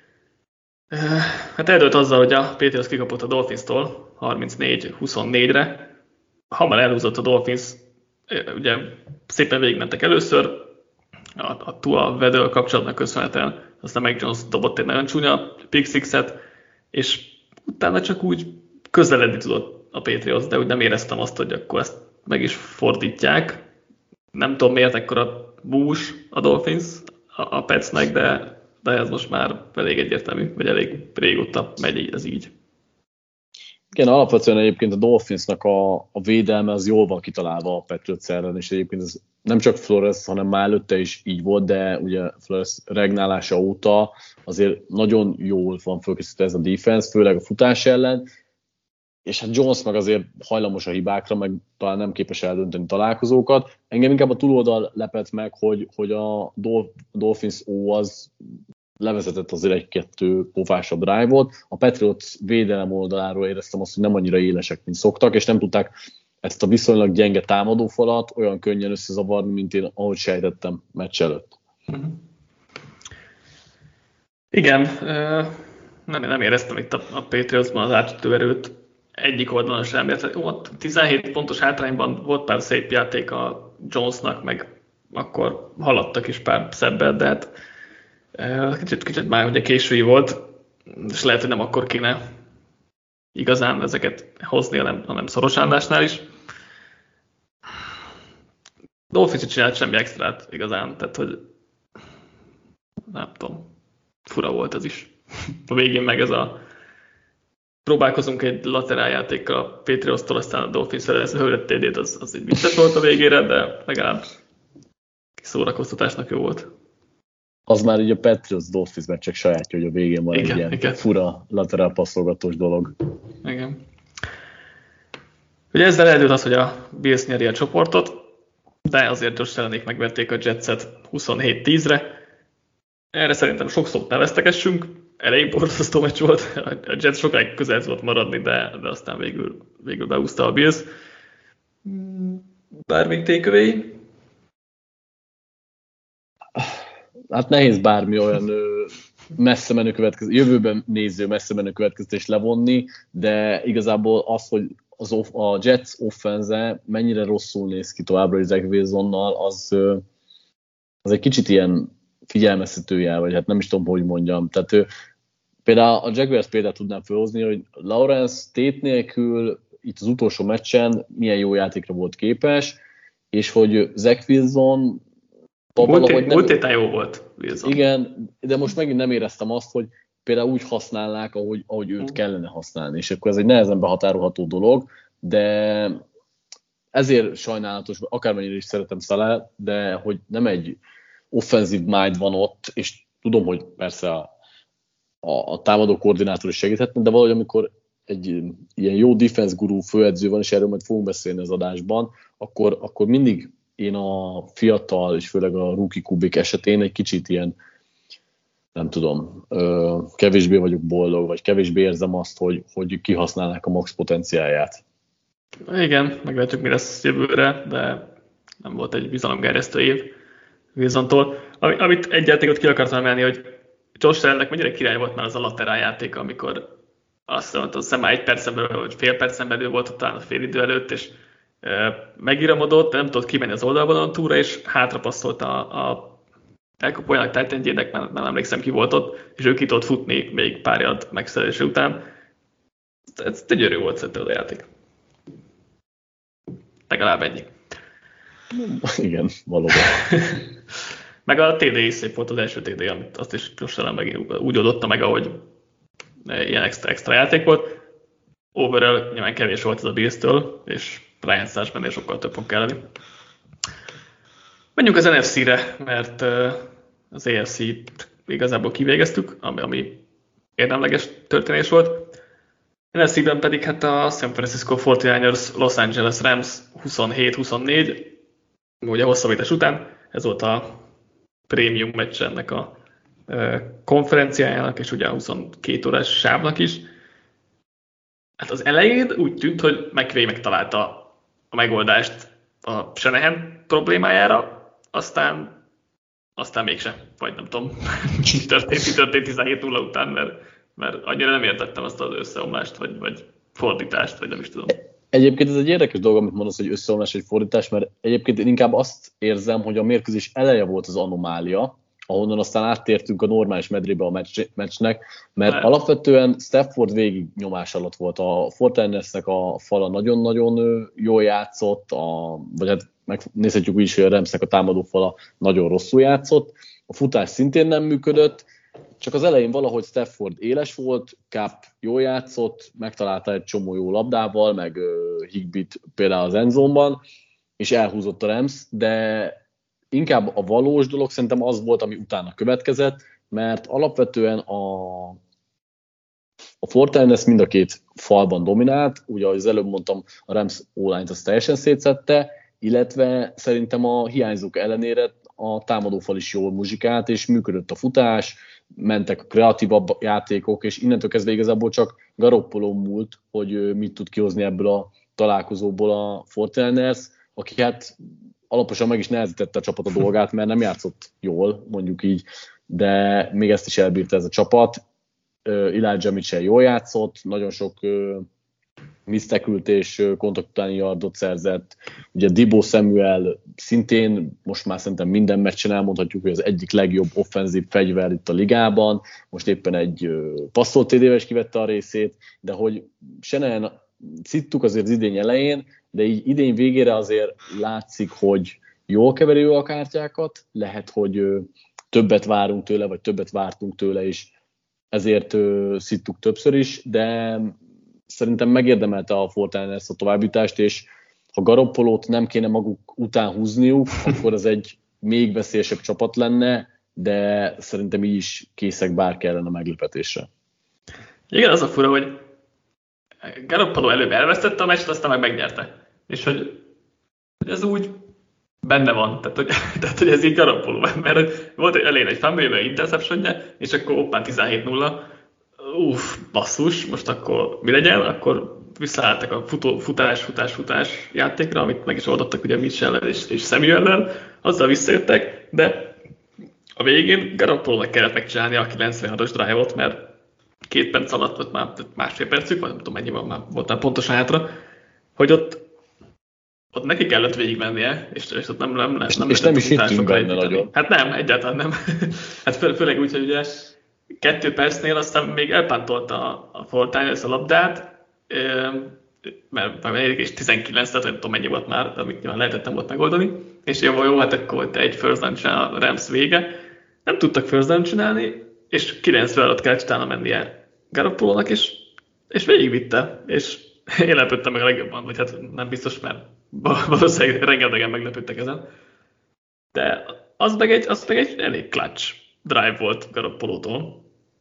Hát eldőlt azzal, hogy a Patriots kikapott a Dolphins-tól harmincnégy huszonnégyre. Hamar elhúzott a Dolphins, ugye szépen végigmentek először, a, a Tua Vedő kapcsolatnak köszönhetően, aztán Mac Jones dobott egy nagyon csúnya pick sixet, és utána csak úgy közeledni tudott a Patriots, de úgy nem éreztem azt, hogy akkor ezt meg is fordítják. Nem tudom miért ekkora bús a Dolphins a, a Petsnek, de de ez most már elég egyértelmű, vagy elég régóta megy ez így. Igen, alapvetően egyébként a Dolphinsnak a, a védelme az jól van kitalálva a Patriots ellen, és egyébként ez nem csak Flores, hanem már előtte is így volt, de ugye Flores regnálása óta azért nagyon jól van fölkészítve ez a defense, főleg a futás ellen, és hát Jones meg azért hajlamos a hibákra, meg talán nem képes eldönteni találkozókat. Engem inkább a túloldal lepett meg, hogy, hogy a Dolphins ó az levezetett azért egy-kettő pofásabb drive-ot. A Patriots védelem oldaláról éreztem azt, hogy nem annyira élesek, mint szoktak, és nem tudták ezt a viszonylag gyenge támadófalat olyan könnyen összezavarni, mint én, ahogy sejtettem meccs előtt. Uh-huh. Igen, nem, nem éreztem itt a, a Patriotsban az átütő erőt egyik oldalon sem, mert tizenhét pontos hátrányban volt pár szép játék a Jonesnak, meg akkor haladtak is pár szebbet, de hát Kicsit, kicsit már ugye késői volt, és lehet, hogy nem akkor kéne igazán ezeket hozni, hanem, hanem szoros állásnál is. Dolphins csinált semmi extrát igazán, tehát hogy nem tudom, fura volt ez is. A végén meg ez a próbálkozunk egy lateráljátékkal a Patriots-tól, aztán a Dolphins-re ez a hőrött té dét, az, az egy vicces volt a végére, de legalább szórakoztatásnak jó volt. Az már így a Patriots Dolphins meccsek sajátja, hogy a végén van igen, egy ilyen igen. fura lateral passzolgatós dolog. Igen. Ugye ezzel eldőlt az, hogy a Bills nyeri a csoportot, de azért Josh Allenék megverték a Jetset huszonhét tízre. Erre szerintem sok szót ne vesztegessünk, elég borzasztó meccs volt, a Jets sokáig közel tudott maradni, de, de aztán végül, végül beúszta a Bills. Bármint tékövéi? Hát nehéz bármi olyan messze menő következő, jövőben néző messze menő következtetést levonni, de igazából az, hogy az off, a Jets offense mennyire rosszul néz ki továbbra is Zach Wilsonnal, az, az egy kicsit ilyen figyelmeztetőjel, vagy hát nem is tudom, hogy mondjam. Tehát ő, például a Jaguars példát tudnám felhozni, hogy Lawrence tét nélkül itt az utolsó meccsen milyen jó játékra volt képes, és hogy Zach Wilson Múlt héten jó volt Wilson. Igen, de most megint nem éreztem azt, hogy például úgy használnák, ahogy, ahogy őt kellene használni, és akkor ez egy nehezen behatárolható dolog, de ezért sajnálatos, akármennyire is szeretem Salah, de hogy nem egy offenzív mind van ott, és tudom, hogy persze a, a, a támadó koordinátor is segíthetne, de valahogy amikor egy ilyen jó defense guru főedző van, és erről majd fogunk beszélni az adásban, akkor, akkor mindig én a fiatal, és főleg a rookie kubik esetén egy kicsit ilyen, nem tudom, kevésbé vagyok boldog, vagy kevésbé érzem azt, hogy, hogy kihasználnák a max potenciáját. Igen, meglátjuk, mi lesz jövőre, de nem volt egy bizalomgerjesztő év Wilsontól. Amit egy játékot ki akartam emelni, hogy Josh Allennek mennyire király volt már az a laterál játék, amikor azt hiszem már egy percen belül, vagy fél percen belül volt ott talán a fél idő előtt, és megíramodott, nem tudott kimenni az oldalban túra, és hátrapasszolt a, a elkapójának Titan-jének, már nem emlékszem ki volt ott, és ő ki tudott futni még pár yard megszerelése után. Ez egy gyönyörű volt szerintem a játék. Legalább ennyi. Igen, valóban. Meg a té dé is szép volt, az első té dé, amit azt is Josh meg úgy adotta meg, ahogy ilyen extra, extra játék volt. Overall nyilván kevés volt ez a Bills-től, és Ryan Starsbennél sokkal több fog kelleni. Menjünk az en ef cé-re, mert az á ef cét igazából kivégeztük, ami, ami érdemleges történés volt. en ef cé-ben pedig hát a San Francisco negyvenkilencesek Los Angeles Rams huszonhét huszonnégy, ugye hosszabbítás után, ez volt a prémium meccs ennek a konferenciájának, és ugye a huszonkét órás sávnak is. Hát az elején úgy tűnt, hogy McVay megtalálta a megoldást a Shanahan problémájára, aztán, aztán mégsem, vagy nem tudom, mi történt, mi történt tizenhét nulla után, mert, mert annyira nem értettem azt az összeomlást, vagy, vagy fordítást, vagy nem is tudom. Egyébként ez egy érdekes dolog, amit mondasz, hogy összeomlás vagy fordítás, mert egyébként én inkább azt érzem, hogy a mérkőzés eleje volt az anomália, ahonnan aztán áttértünk a normális medrébe a meccs, meccsnek, mert hát. Alapvetően Stafford végig nyomás alatt volt. A negyvenkilencesnek a fala nagyon-nagyon jól játszott, a, vagy hát megnézhetjük úgy is, hogy a Ramsnek a támadó fala nagyon rosszul játszott, a futás szintén nem működött, csak az elején valahogy Stafford éles volt, Cup jól játszott, megtalálta egy csomó jó labdával, meg uh, Higbee-t például az endzónban, és elhúzott a Rams, de inkább a valós dolog szerintem az volt, ami utána következett, mert alapvetően a, a negyvenkilences mind a két falban dominált, ugye ahogy az előbb mondtam, a Rams O-line-t azt teljesen szétszette, illetve szerintem a hiányzók ellenére a támadófal is jól muzsikált, és működött a futás, mentek a kreatívabb játékok, és innentől kezdve igazából csak Garoppolo múlt, hogy mit tud kihozni ebből a találkozóból a negyvenkilencesek, aki hát alaposan meg is nehezítette a csapat a dolgát, mert nem játszott jól, mondjuk így, de még ezt is elbírta ez a csapat. Elijah Mitchell jól játszott, nagyon sok misztekült és kontakt utáni yardot szerzett. Ugye Deebo Samuel szintén most már szerintem minden meccsen elmondhatjuk, hogy az egyik legjobb offenzív fegyver itt a ligában. Most éppen egy passzolt té dé-vel is kivette a részét, de hogy Shanahan szittuk azért az idény elején, de így idény végére azért látszik, hogy jól keveri a kártyákat, lehet, hogy többet várunk tőle, vagy többet vártunk tőle is, ezért szittuk többször is, de szerintem megérdemelte a negyvenkilences a továbbjutást, és ha Garoppolót nem kéne maguk után húzniuk, akkor az egy még veszélyesebb csapat lenne, de szerintem így is készek bárki ellen a meglepetésre. Igen, az a fura, hogy Garoppolo előbb elvesztette a meccset, aztán meg megnyerte. És hogy ez úgy benne van, tehát hogy, tehát, hogy ez így Garoppolo, mert volt elején egy fumble, egy interceptionje, és akkor oppán tizenhét nulla, uff, basszus, most akkor mi legyen, akkor visszaálltak a futó, futás, futás, futás játékra, amit meg is oldottak ugye Mitchell-el és, és Samuel-lel, azzal visszajöttek, de a végén Garoppolónak kellett megcsinálni a kilencvenhatos drive-ot, mert két perc alatt volt már másfél percük, vagy nem tudom mennyi van, már volt már pontosan hátra, hogy ott, ott neki kellett végigmennie, és, és ott nem, nem, nem, és, nem, és nem is hittünk benne nagyon. Hát nem, egyáltalán nem. Hát fő, főleg úgy, hogy ugye kettő percnél aztán még elpántolta a, a negyvenkilences a labdát, mert már és tizenkilenc, tehát nem tudom mennyi volt már, amit nyilván lehetett nem volt megoldani, és jó, jó, hát akkor volt egy first down csinál a Rams vége. Nem tudtak first down csinálni, és kilencven alatt kellett utána mennie Garoppolónak, és, és végigvitte, és én lepődtem meg a legjobban, vagy hát nem biztos, mert valószínűleg rengetegen meglepődtek ezen. De az meg egy, az meg egy elég clutch drive volt Garoppolótól.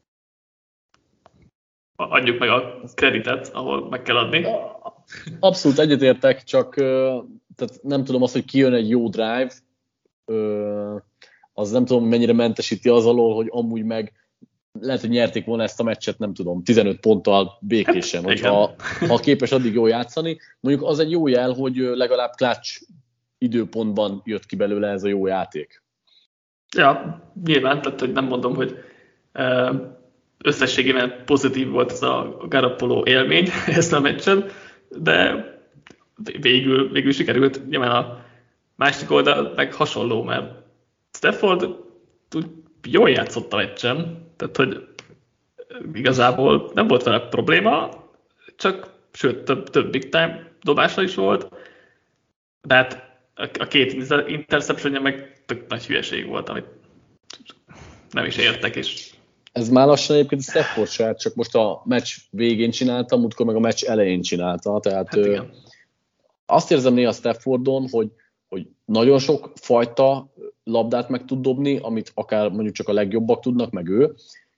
Adjuk meg a kreditet, ahol meg kell adni. Abszolút egyetértek, csak tehát nem tudom azt, hogy kijön egy jó drive, az nem tudom, mennyire mentesíti az alól, hogy amúgy meg lehet, hogy nyerték volna ezt a meccset, nem tudom, tizenöt ponttal békésen, hát, hogyha ha képes addig jól játszani. Mondjuk az egy jó jel, hogy legalább clutch időpontban jött ki belőle ez a jó játék. Ja, nyilván, tehát hogy nem mondom, hogy összességében pozitív volt ez a Garoppolo élmény ezt a meccsen, de végül, végül sikerült. Nyilván a másik oldal meg hasonló, mert Stafford jól játszott a meccsen, tehát hogy igazából nem volt vele probléma, csak sőt, több, több big time dobása is volt, de hát a két interceptionje meg tök nagy hülyeség volt, amit nem is értek, és ez már lassan egyébként Stafford saját, csak most a meccs végén csinálta, múltkor meg a meccs elején csinálta, tehát hát ö, azt érzem néha a Staffordon, hogy, hogy nagyon sok fajta labdát meg tud dobni, amit akár mondjuk csak a legjobbak tudnak, meg ő,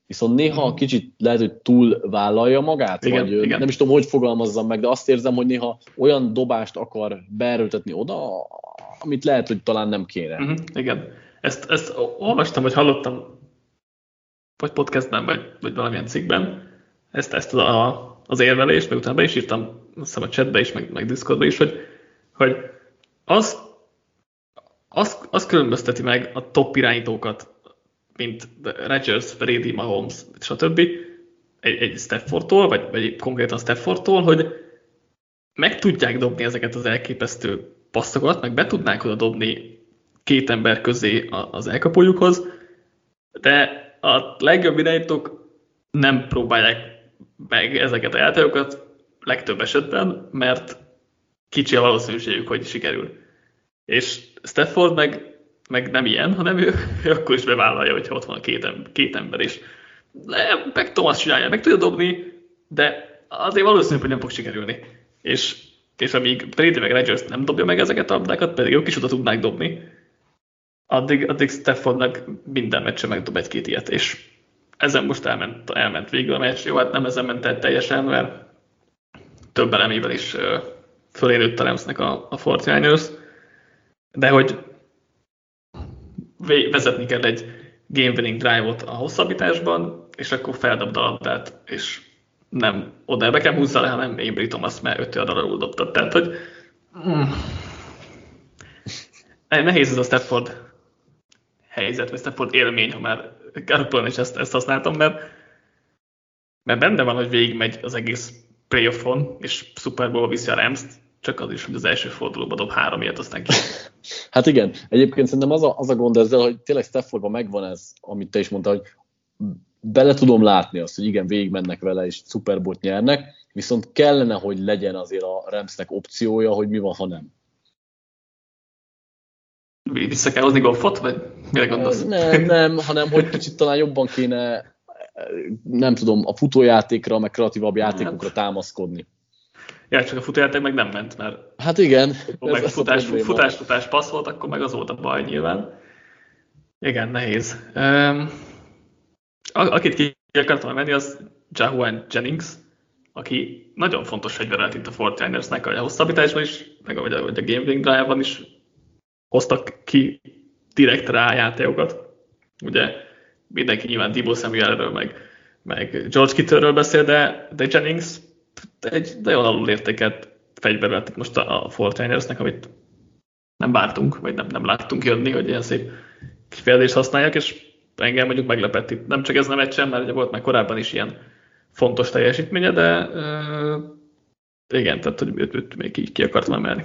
viszont néha kicsit lehet, hogy túl vállalja magát, igen, vagy igen. nem is tudom, hogy fogalmazzam meg, de azt érzem, hogy néha olyan dobást akar beerőltetni oda, amit lehet, hogy talán nem kéne. Uh-huh, igen. Ezt, ezt olvastam, vagy hallottam, vagy podcastben, vagy, vagy valamilyen cikkben, ezt, ezt a, az érvelést, meg utána be is írtam, azt hiszem a chatbe is, meg, meg Discordba is, hogy, hogy az, az, az különbözteti meg a top irányítókat, mint Rodgers, Brady, Mahomes, stb. Egy, egy Staffordtól, vagy, vagy konkrétan Staffordtól, hogy meg tudják dobni ezeket az elképesztő passzokat, meg be tudnák oda dobni két ember közé az elkapójukhoz, de a legjobb irányítók nem próbálják meg ezeket a játékokat legtöbb esetben, mert kicsi a valószínűségük, hogy sikerül. És Stafford meg, meg nem ilyen, hanem ő, ő akkor is bevállalja, hogyha ott van a két, em- két ember is. Meg Thomas csinálja, meg tudja dobni, de azért valószínű, hogy nem fog sikerülni. És, és amíg Brady meg Rodgers nem dobja meg ezeket a labdákat, pedig ők is oda tudnák dobni, addig, addig Staffordnak minden meccsen megdob egy-két ilyet, és ezen most elment, elment végül a meccs. Jó, hát nem ezen ment el teljesen, mert több elemével is uh, fölérőtt a Ramsnek a, a negyvenkilencesek, de hogy vezetni kell egy game-winning drive-ot a hosszabbításban, és akkor feldobd a labdát, és nem oda be kell húzza le, hanem Ambry Thomas, mert öt darabul dobtad. Tehát, hogy mm, nehéz ez a Stafford helyzet, vagy Stafford élmény, ha már Garoppolon is ezt, ezt használtam, mert, mert benne van, hogy végigmegy az egész playoffon, és Super Bowl viszi a Rams-t, csak az is, hogy az első fordulóban dob három ilyet, aztán ki. Hát igen, egyébként szerintem az a, az a gond ezzel, hogy tényleg Staffordban megvan ez, amit te is mondtál, hogy bele tudom látni azt, hogy igen, végigmennek vele, és Super Bowl-t nyernek, viszont kellene, hogy legyen azért a Ramsnek opciója, hogy mi van, ha nem. Vissza kell hozni Goffot, vagy mire gondolsz? Nem, nem, hanem hogy kicsit talán jobban kéne, nem tudom, a futójátékra, meg kreatívabb játékokra támaszkodni. Ja, csak a futójáték meg nem ment, mert hát igen, meg futás, futás, futás, passz volt, akkor meg az volt a baj nyilván. Igen, nehéz. Um, akit ki akartam menni, az Jahuan Jennings, aki nagyon fontos fegyverelt itt a negyvenkilencesnek, a hosszabbításban is, meg a, a Game Winning Drive-ban is hoztak ki direkt rá játékokat. Ugye mindenki nyilván Deebo Samuelről, meg, meg George Kittle-ről beszél, de, de Jennings egy nagyon alul értékelt fegyverelt most a, a negyvenkilencesnek, amit nem vártunk, vagy nem, nem láttunk jönni, hogy ilyen szép kifejezést használják, és engem mondjuk meglepett itt. Nem csak ez nem meccsen, mert ugye volt már korábban is ilyen fontos teljesítménye, de uh, igen, tehát hogy őt, őt még ki, ki akartam emelni.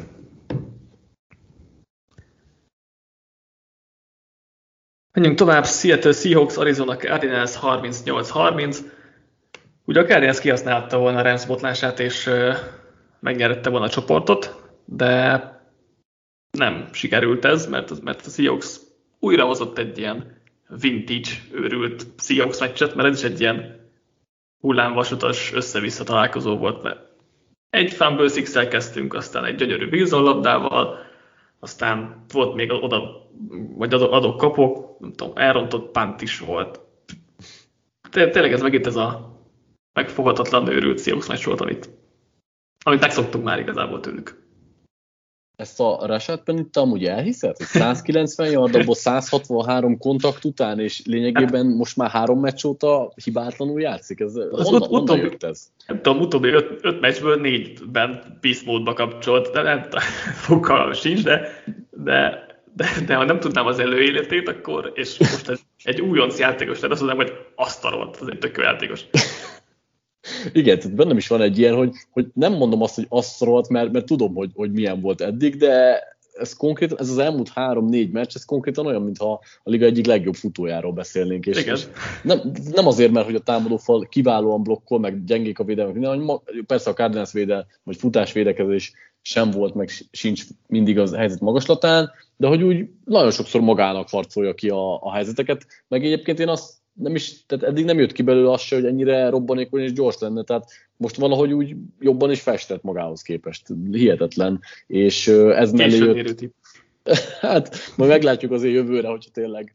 Menjünk tovább, Seattle Seahawks, Arizona Cardinals harmincnyolc harminc. Ugye a Cardinals kihasználta volna a Rams botlását, és uh, megnyerette volna a csoportot, de nem sikerült ez, mert, mert a Seahawks újra hozott egy ilyen vintage, őrült Seahawks meccset, mert ez is egy ilyen hullámvasutas össze-vissza találkozó volt, mert egy fumble six-el kezdtünk, aztán egy gyönyörű Wilson labdával, aztán volt még oda, vagy adok-kapok, nem tudom, elrontott punt is volt. Tényleg ez megint ez a megfoghatatlan őrült Seahawks meccs volt, amit, amit megszoktunk már igazából tőlük. Ezt a Rashad Pennyt amúgy elhiszed? százkilencven yardból száz hatvanhárom kontakt után, és lényegében hát, most már három meccs óta hibátlanul játszik. Ez, az honnan, ut- honnan utóbbi, jött ez? Nem tudom, utóbbi öt, öt meccsből négyben Beast Mode-ba kapcsolt, de nem fogalmam sincs, de, de, de, de ha nem tudnám az előéletét, akkor, és most ez egy újonc játékos, tehát azt mondom, hogy azt a rohadt, az egy tök jó játékos. Igen, tehát bennem is van egy ilyen, hogy, hogy nem mondom azt, hogy azt rohadt, mert, mert tudom, hogy, hogy milyen volt eddig, de ez konkrétan, ez az elmúlt három-négy meccs, ez konkrétan olyan, mintha a liga egyik legjobb futójáról beszélnénk. És, és nem, nem azért, mert hogy a támadófal kiválóan blokkol, meg gyengék a védelmek, minden, hogy ma, persze a Cardinals védel, vagy futásvédekezés sem volt, meg sincs mindig az helyzet magaslatán, de hogy úgy nagyon sokszor magának harcolja ki a, a helyzeteket, meg egyébként én azt nem is, tehát eddig nem jött ki belőle az se, hogy ennyire robbanékony és gyors lenne, tehát most valahogy úgy jobban is festett magához képest. Hihetetlen. És ez mellé jött... Hát, majd meglátjuk azért jövőre, hogyha tényleg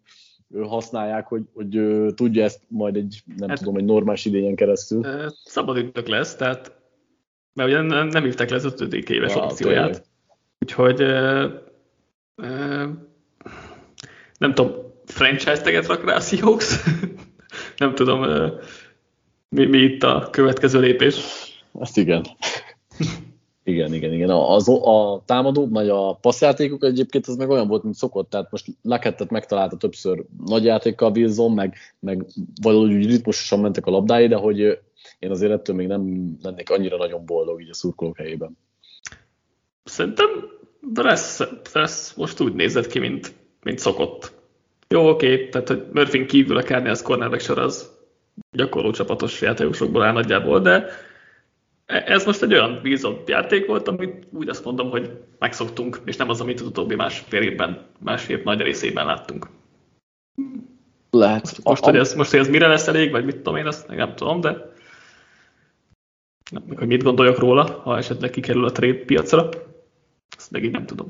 használják, hogy, hogy tudja ezt majd egy, nem hát, tudom, egy normális idényen keresztül. Szabad ügynök lesz, tehát mert ugye nem, nem hívták le az ötödik éves ah, opcióját. Tényleg. Úgyhogy uh, uh, nem tudom, franchise-teget rak rá a Seahawks? Nem tudom, uh, mi, mi itt a következő lépés. Azt igen. Igen, igen, igen. Az, a támadó, vagy a passzjátékok egyébként az meg olyan volt, mint szokott, tehát most Lackettet megtalálta többször nagy játékkal Wilson, meg, meg valahogy úgy ritmusosan mentek a labdái, de hogy én azért ettől még nem lennék annyira nagyon boldog így a szurkolók helyében. Szerintem Dress, Dress most úgy nézett ki, mint, mint szokott. Jó, oké, tehát hogy Murphyn kívül a Cardinals cornerback sor az gyakorló csapatos játékosokból áll nagyjából, de ez most egy olyan bízott játék volt, amit úgy azt mondom, hogy megszoktunk, és nem az, amit az utóbbi másfél évben, másfél év nagy részében láttunk. Lehet. Most, most, hogy ez, most, hogy ez mire lesz elég, vagy mit tudom én, azt nem tudom, de nem, hogy mit gondoljak róla, ha esetleg kikerül a trade piacra, azt meg így nem tudom.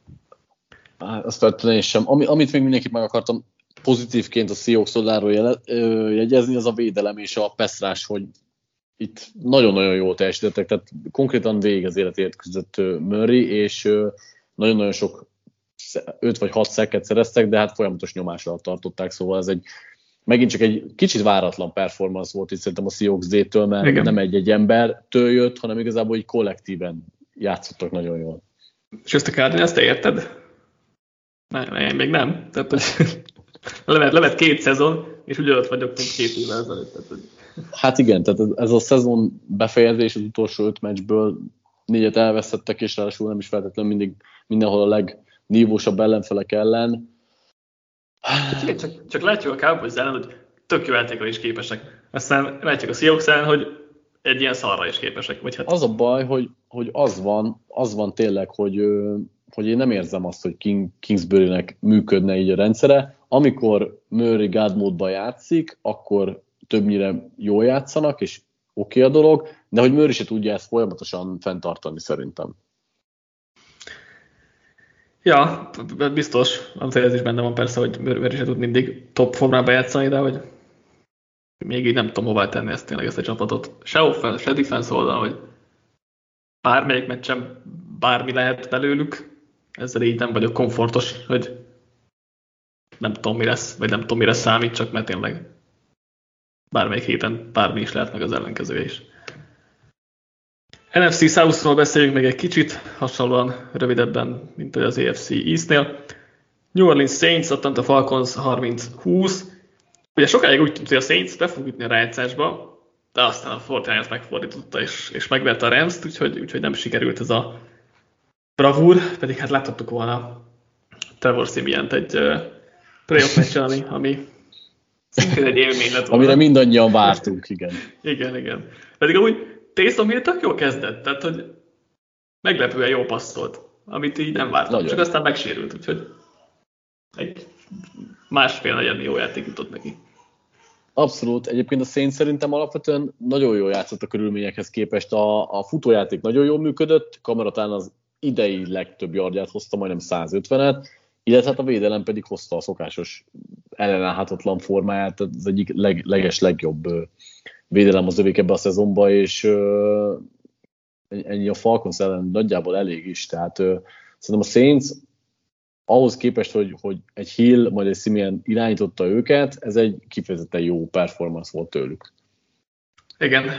Azt feltétlenül én sem. Ami, amit még mindenképp meg akartam pozitívként a Seahawks oldaláról jegyezni, az a védelem és a passzrás, hogy itt nagyon-nagyon jól teljesítettek, tehát konkrétan végig az életért küzdött Murray, és nagyon-nagyon sok öt vagy hat szekket szereztek, de hát folyamatos nyomás alatt tartották, szóval ez egy megint csak egy kicsit váratlan performance volt itt szerintem a Seahawks D-től, mert igen, nem egy-egy embertől jött, hanem igazából így kollektíven játszottak nagyon jól. És ezt a Cardinals, te érted? Nem, én még nem. Tehát, levet, levet két szezon, és ugye ott vagyok, mint két évvel ezelőtt. Tehát, hát igen, tehát ez a szezon befejezés az utolsó öt meccsből négyet elvesztettek, és ráadásul nem is feltétlenül mindig mindenhol a legnívósabb ellenfelek ellen. Igen, csak, csak látjuk a Cowboys ellen, hogy tök jó játékra is képesek. Aztán látjuk a Seahawks ellen, hogy egy ilyen szarra is képesek. Vagy hát... Az a baj, hogy, hogy az van, az van tényleg, hogy, hogy én nem érzem azt, hogy King, Kingsbury-nek működne így a rendszere. Amikor Murray God módban játszik, akkor többnyire jól játszanak, és oké okay a dolog, de hogy Murray se tudja ezt folyamatosan fenntartani szerintem. Ja, biztos. Azért ez is benne van persze, hogy Murray se tud mindig top formában játszani, de hogy még így nem tudom hová tenni ezt tényleg ezt a csapatot. Se offense, se defense oldal, hogy bármelyik meccsen bármi lehet belőlük. Ezzel így nem vagyok komfortos, hogy nem tudom mi lesz, vagy nem tudom mire számít, csak mert tényleg bármelyik héten bármi is lehet, meg az ellenkezője is. en ef cé Southról beszéljünk még egy kicsit, hasonlóan rövidebben, mint az á ef cé Eastnél. New Orleans Saints, Atlanta Falcons harminc húsz. Ugye sokáig úgy tűnt, hogy a Saints be fog jutni a rájátszásba, de aztán a negyvenkilenc megfordította és, és megverte a Rams-t, úgyhogy, úgyhogy nem sikerült ez a bravúr, pedig hát láthattuk volna Trevor Siemiant egy uh, playoff meccsen, ami, ami szintén egy élmény lett volna. Amire mindannyian vártunk, igen. igen, igen. Pedig amúgy Taysom Hill tök jól kezdett, tehát hogy meglepően jól passzolt, amit így nem vártam, nagyon. Csak aztán megsérült, úgyhogy egy másfél negyednyi jó játék jutott neki. Abszolút. Egyébként a Saints szerintem alapvetően nagyon jól játszott a körülményekhez képest. A, a futójáték nagyon jól működött, Kamara talán az idei legtöbb yardját hozta, majdnem százötvenet, illetve hát a védelem pedig hozta a szokásos ellenállhatatlan formáját, az egyik leg, leges legjobb védelem az övék ebbe a szezonba, és uh, ennyi a Falcons ellen nagyjából elég is, tehát uh, szerintem a Saints ahhoz képest, hogy, hogy egy Hill, majd egy Siemian irányította őket, ez egy kifejezetten jó performance volt tőlük. Igen.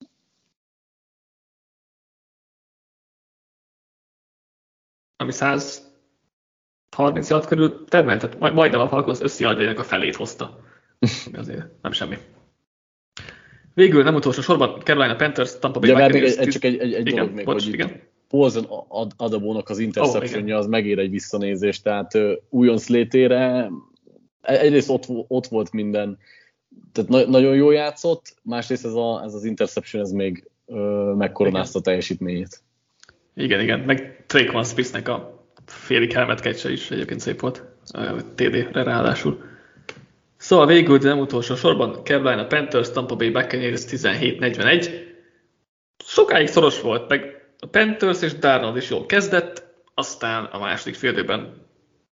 Ami száz harminchat körül termelt, tehát majd, majdnem a Falcons összejardjának a felét hozta. Azért nem semmi. Végül nem utolsó sorban Carolina Panthers, Tampa Bay Buccaneers. Egy, csak egy, egy, egy igen, dolog még, bocs, hogy igen. Paulson Adabónak az interceptionja, oh, az megér egy visszanézést, tehát uh, újonc létére egyrészt ott, ott volt minden, tehát na- nagyon jól játszott, másrészt ez, a, ez az interception, ez még uh, megkoronázta a teljesítményét. Igen, igen, meg Traquan Smithnek a félig helmet catch is egyébként szép volt, té dé-re ráadásul. Szóval végül, de nem utolsó sorban, Carolina Panthers, Tampa Bay Buccaneers tizenhét negyvenegy. Sokáig szoros volt, meg a Panthers és Darnold is jól kezdett, aztán a második fél időben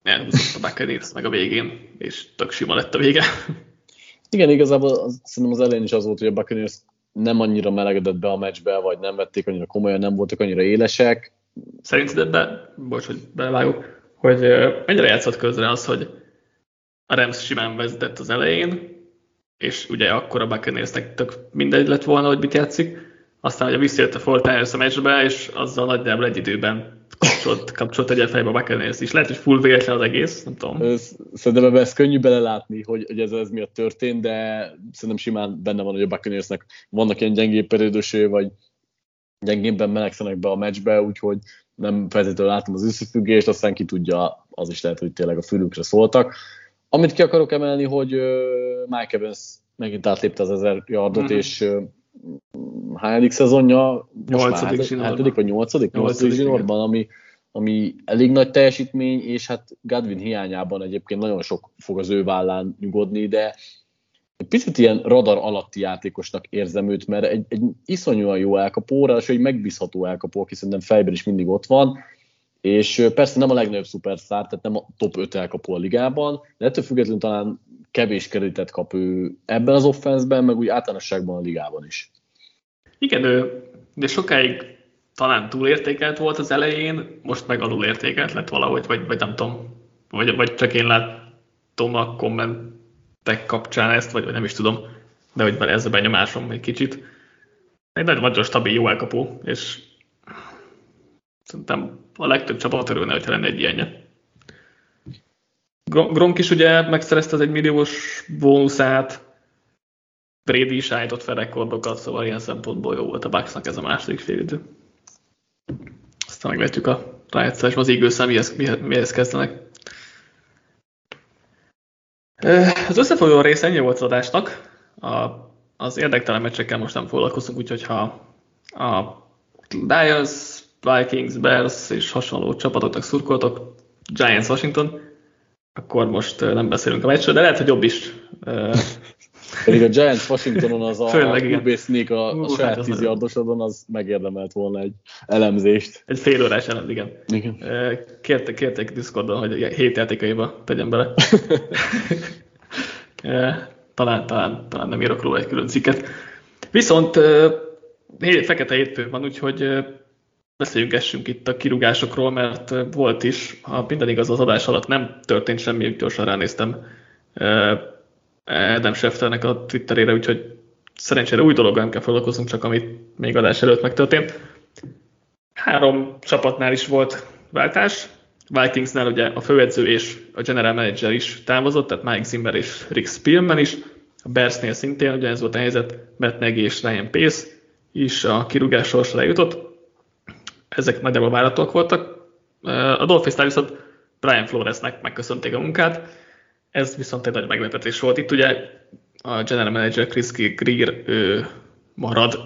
elhúzott a Buccaneers meg a végén, és tök sima lett a vége. Igen, igazából az, szerintem az elején is az volt, hogy a Buccaneers nem annyira melegedett be a meccsbe, vagy nem vették annyira komolyan, nem voltak annyira élesek. Szerinted ebbe, bocs, hogy belevágok, hogy mennyire játszott közre az, hogy a Rams simán vezetett az elején, és ugye akkor a Buccaneersnek tök mindegy lett volna, hogy mit játszik, aztán ugye visszajött a Fortiners a meccsbe, és azzal nagyjából egy időben kapcsolt, kapcsolt egy fejbe a Buccaneers is. Lehet, hogy full véletlen az egész, nem tudom. Ez, szerintem ebben ez könnyű belelátni, hogy, hogy ez, ez miatt történt, de szerintem simán benne van, hogy a Buccaneersnek vannak ilyen gyengébb periódusai, vagy gyengébben melegszenek be a meccsbe, úgyhogy nem feltétlenül látom az összefüggést, aztán ki tudja, az is lehet, hogy tényleg a fülükre szóltak. Amit ki akarok emelni, hogy uh, Mike Evans megint átlépte az ezer yardot, mm-hmm. és uh, hányadik szezonja? Nyolcadik zsinórban. Hetedik vagy nyolcadik? Nyolcadik zsinórban, ami, ami elég nagy teljesítmény, és hát Godwin hiányában egyébként nagyon sok fog az ő vállán nyugodni, de egy picit ilyen radar alatti játékosnak érzem őt, mert egy, egy iszonyúan jó elkapó, ráadásul egy megbízható elkapó, aki szerintem fejben is mindig ott van, és persze nem a legnagyobb szupersztár, tehát nem a top öt elkapó a ligában, de ettől függetlenül talán kevés kreditet kap ő ebben az offenszben, meg úgy általánosságban a ligában is. Igen, ő, de sokáig talán túlértékelt volt az elején, most meg alulértékelt lett valahogy, vagy, vagy nem tudom, vagy, vagy csak én látom a kommentek kapcsán ezt, vagy, vagy nem is tudom, de hogy ez a benyomásom egy kicsit. Egy nagyon, nagyon stabil, jó elkapó, és szerintem a legtöbb csapat örülne, hogyha lenne egy ilyenje. Gronk is ugye megszerezte az egymilliós bónuszát, Brady is állított fel rekordokat, szóval ilyen szempontból jó volt a Bucksnak ez a második félidő. Aztán meglátjuk a rájátszásban az Eagles-szel mihez, mihez kezdenek. Az összefoglaló rész ennyi volt az adásnak. A, az érdektelen meccsekkel most nem foglalkozunk, úgyhogy ha a Lions, Vikings, Bears és hasonló csapatoknak szurkoltok, Giants, Washington, akkor most nem beszélünk a meccsről, de lehet, hogy jobb is. Pedig a Giants Washingtonon az a Főleg, Q B sneak a, a uh, saját hát tíz yardosodon, az megérdemelt volna egy elemzést. Egy fél órás elemz, igen. igen. Kértek, kértek Discordon, hogy hét játékaiba tegyem bele. talán, talán, talán nem írok róla egy külön cikket. Viszont fekete hétfő van, úgyhogy beszéljünk, essünk itt a kirúgásokról, mert volt is, ha minden igaz, az adás alatt nem történt semmi, gyorsan ránéztem Adam Schefternek a Twitterére, úgyhogy szerencsére új dologgal nem kell foglalkoznunk, csak amit még adás előtt megtörtént. Három csapatnál is volt váltás. Vikingsnál ugye a főedző és a general manager is távozott, tehát Mike Zimmer és Rick Spielman is. A Bearsnél szintén ugye ez volt a helyzet, Matt Nagy és Ryan Pace is a kirúgás sorsra jutott. Ezek nagyjából várhatóak voltak. A Dolphinsnál viszont Brian Floresnek megköszönték a munkát. Ez viszont egy nagy meglepetés volt. Itt ugye a general manager Chris Grier ő marad.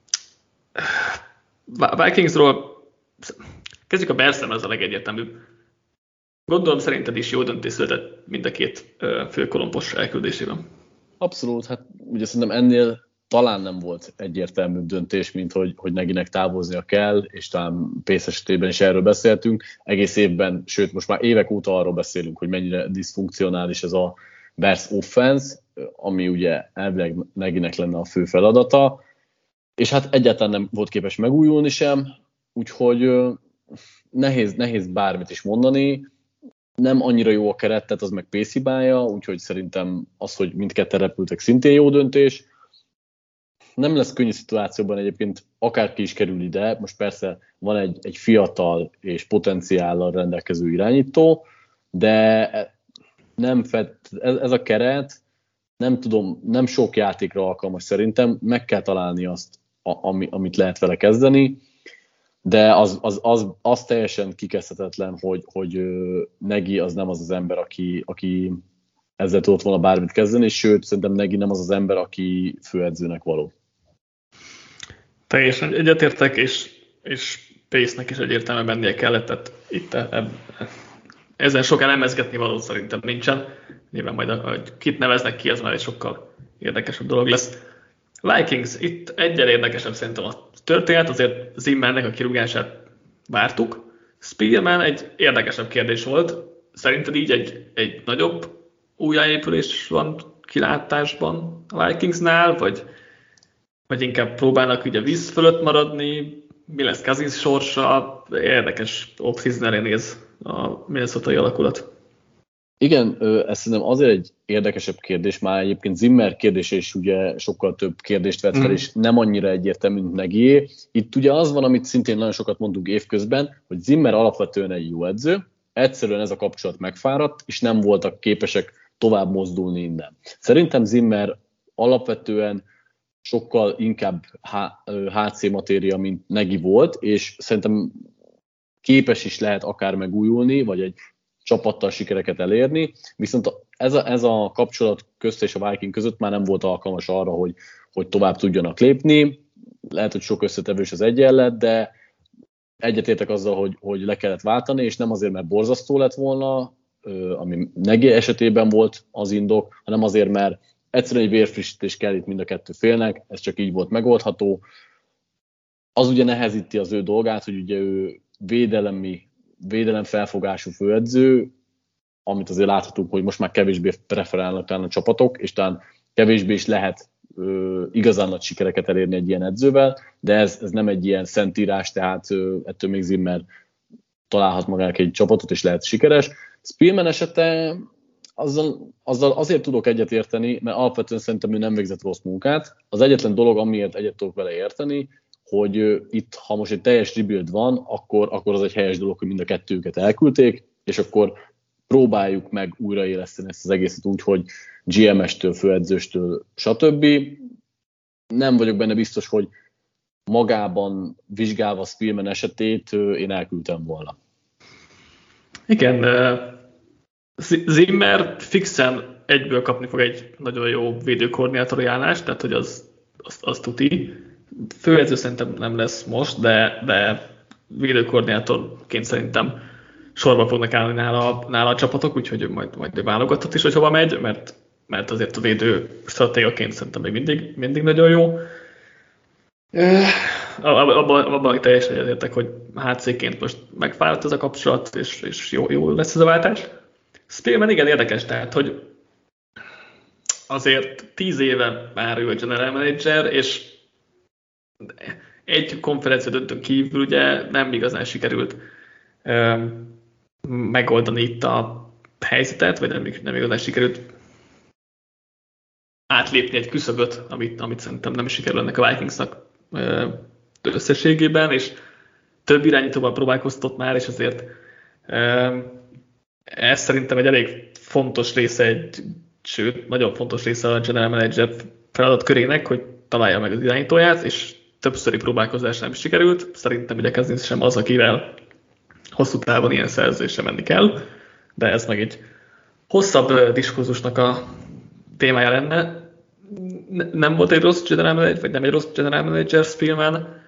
Vikingsról kezdjük a Bears-en, ez a legegyértelműbb. Gondolom szerinted is jó döntés született mind a két főkolompos elküldésében. Abszolút, hát ugye szerintem ennél talán nem volt egyértelműbb döntés, mint hogy, hogy Nagyinek távoznia kell, és talán Pace esetében is erről beszéltünk. Egész évben, sőt most már évek óta arról beszélünk, hogy mennyire diszfunkcionális ez a Bears offense, ami ugye elvileg Nagyinek lenne a fő feladata, és hát egyáltalán nem volt képes megújulni sem, úgyhogy nehéz, nehéz bármit is mondani. Nem annyira jó a keret, tehát az meg Pace hibája, úgyhogy szerintem az, hogy mindketten repültek, szintén jó döntés. Nem lesz könnyű szituációban egyébként, akárki is kerül ide, most persze van egy, egy fiatal és potenciállal rendelkező irányító, de nem fed, ez, ez a keret, nem tudom, nem sok játékra alkalmas szerintem, meg kell találni azt, ami, amit lehet vele kezdeni, de az, az, az, az teljesen kikezdhetetlen, hogy, hogy Nagy az nem az az ember, aki, aki ezzel tudott volna bármit kezdeni, sőt, szerintem Nagy nem az az ember, aki főedzőnek való. Teljesen egyetértek, és, és Pace-nek is egyértelműen mennie kellett, tehát itt eb, ezen sok elemezgetni való szerintem nincsen. Nyilván majd a, a, kit neveznek ki, az már egy sokkal érdekesebb dolog lesz. Vikings, itt egyel érdekesebb szerintem a történet, azért Zimmernek a kirúgását vártuk. Spielman egy érdekesebb kérdés volt, szerinted így egy, egy nagyobb újjáépülés van kilátásban a Vikingsnál, vagy, vagy inkább próbálnak ugye víz fölött maradni? Mi lesz Cousins sorsa? Érdekes off-season-re néz a Minnesota-i alakulat. Igen, ez szerintem azért egy érdekesebb kérdés, már egyébként Zimmer kérdése is ugye sokkal több kérdést vett fel, mm. és nem annyira egyértelmű, mint Nagyé. Itt ugye az van, amit szintén nagyon sokat mondunk évközben, hogy Zimmer alapvetően egy jó edző, egyszerűen ez a kapcsolat megfáradt, és nem voltak képesek tovább mozdulni innen. Szerintem Zimmer alapvetően sokkal inkább há cé matéria, mint Nagy volt, és szerintem képes is lehet akár megújulni, vagy egy csapattal sikereket elérni, viszont ez a, ez a kapcsolat közt és a Viking között már nem volt alkalmas arra, hogy, hogy tovább tudjanak lépni. Lehet, hogy sok összetevős az egyenlet, de egyetértek azzal, hogy, hogy le kellett váltani, és nem azért, mert borzasztó lett volna, ami Nagy esetében volt az indok, hanem azért, mert egyszerűen egy vérfrissítés kell itt mind a kettő félnek, ez csak így volt megoldható. Az ugye nehezíti az ő dolgát, hogy ugye ő védelemi védelemfelfogású főedző, amit azért láthatunk, hogy most már kevésbé preferálnak talán a csapatok, és talán kevésbé is lehet ö, igazán nagy sikereket elérni egy ilyen edzővel, de ez, ez nem egy ilyen szentírás, tehát ö, ettől még Zimmer találhat magának egy csapatot, és lehet sikeres. Spielman esete azzal, azzal azért tudok egyet érteni, mert alapvetően szerintem ő nem végzett rossz munkát. Az egyetlen dolog, amiért egyet tudok vele érteni, hogy itt, ha most egy teljes rebuild van, akkor, akkor az egy helyes dolog, hogy mind a kettőket elküldték, és akkor próbáljuk meg újraéleszteni ezt az egészet úgy, hogy gé em es-től, főedzőstől, stb. Nem vagyok benne biztos, hogy magában vizsgálva Spielman esetét én elküldtem volna. Igen, Zimmer fixen egyből kapni fog egy nagyon jó védőkoordinátori állást, tehát hogy az, az, az tuti. Főedző szerintem nem lesz most, de, de védőkoordinátorként szerintem sorba fognak állni nála, nála a csapatok, úgyhogy majd, majd válogatott is, hogy hova megy, mert, mert azért a védő stratégaként szerintem még mindig, mindig nagyon jó. Abban, abban teljesen egyetértek, hogy há cé-ként most megfáradt ez a kapcsolat, és, és jó, jó lesz ez a váltás. Spielman igen érdekes, tehát, hogy azért tíz éve már ő a general manager, és egy konferencia döntőn kívül ugye nem igazán sikerült ö, megoldani itt a helyzetet, vagy nem, nem igazán sikerült átlépni egy küszöböt, amit, amit szerintem nem sikerül ennek a Vikingsnak ö, összességében, és több irányítóval próbálkoztott már, és azért ö, ez szerintem egy elég fontos része, egy, sőt, nagyon fontos része a general manager feladatkörének, hogy találja meg az irányítóját, és többszöri próbálkozás nem sikerült. Szerintem ugye Cousins sem az, akivel hosszú távon ilyen szerzésre menni kell, de ez meg egy hosszabb diskurzusnak a témája lenne. Nem volt egy rossz general manager, vagy nem egy rossz general manager Spielman.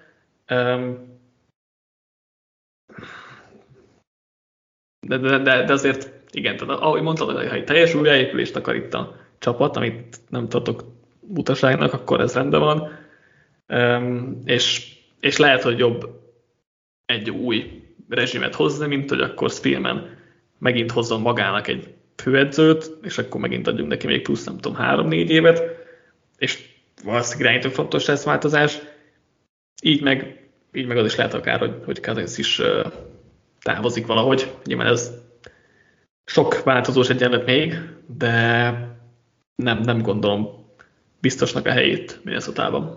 De, de, de, de azért, igen, tehát, ahogy mondtad, ha egy teljes újjáépülést akar itt a csapat, amit nem tartok butaságnak, akkor ez rendben van. Um, és, és lehet, hogy jobb egy új rezsimet hozni, mint hogy akkor Spielman megint hozzon magának egy főedzőt, és akkor megint adjunk neki még plusz, nem tudom, három-négy évet, és valószínűleg irányító fontos lesz változás. Így meg, így meg az is lehet akár, hogy, hogy Cousins is uh, távozik valahogy. Nyilván ez sok változós egyenlet még, de nem, nem gondolom biztosnak a helyét Minnesotában.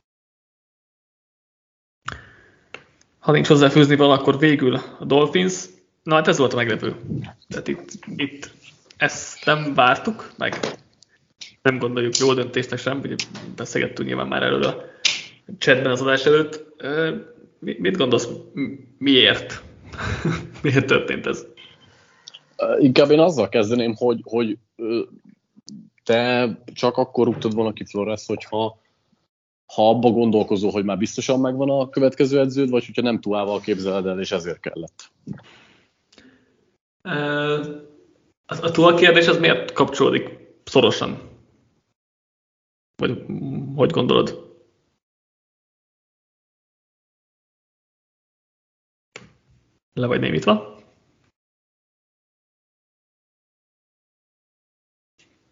Ha nincs hozzáfűzni vala, akkor végül a Dolphins. Na hát ez volt a meglepő. Tehát itt, itt ezt nem vártuk, meg nem gondoljuk jó döntésnek sem, ugye beszélgettünk nyilván már erről a chatben az adás előtt. Mit gondolsz, miért? Miért történt ez? Inkább én azzal kezdeném, hogy, hogy te csak akkor rúgtad volna ki Flores, hogyha ha abba gondolkozol, hogy már biztosan megvan a következő edződ, vagy hogyha nem túlával képzeled el, és ezért kellett? A, a túl kérdés az miért kapcsolódik szorosan? Vagy hogy gondolod? Le vagy némítva?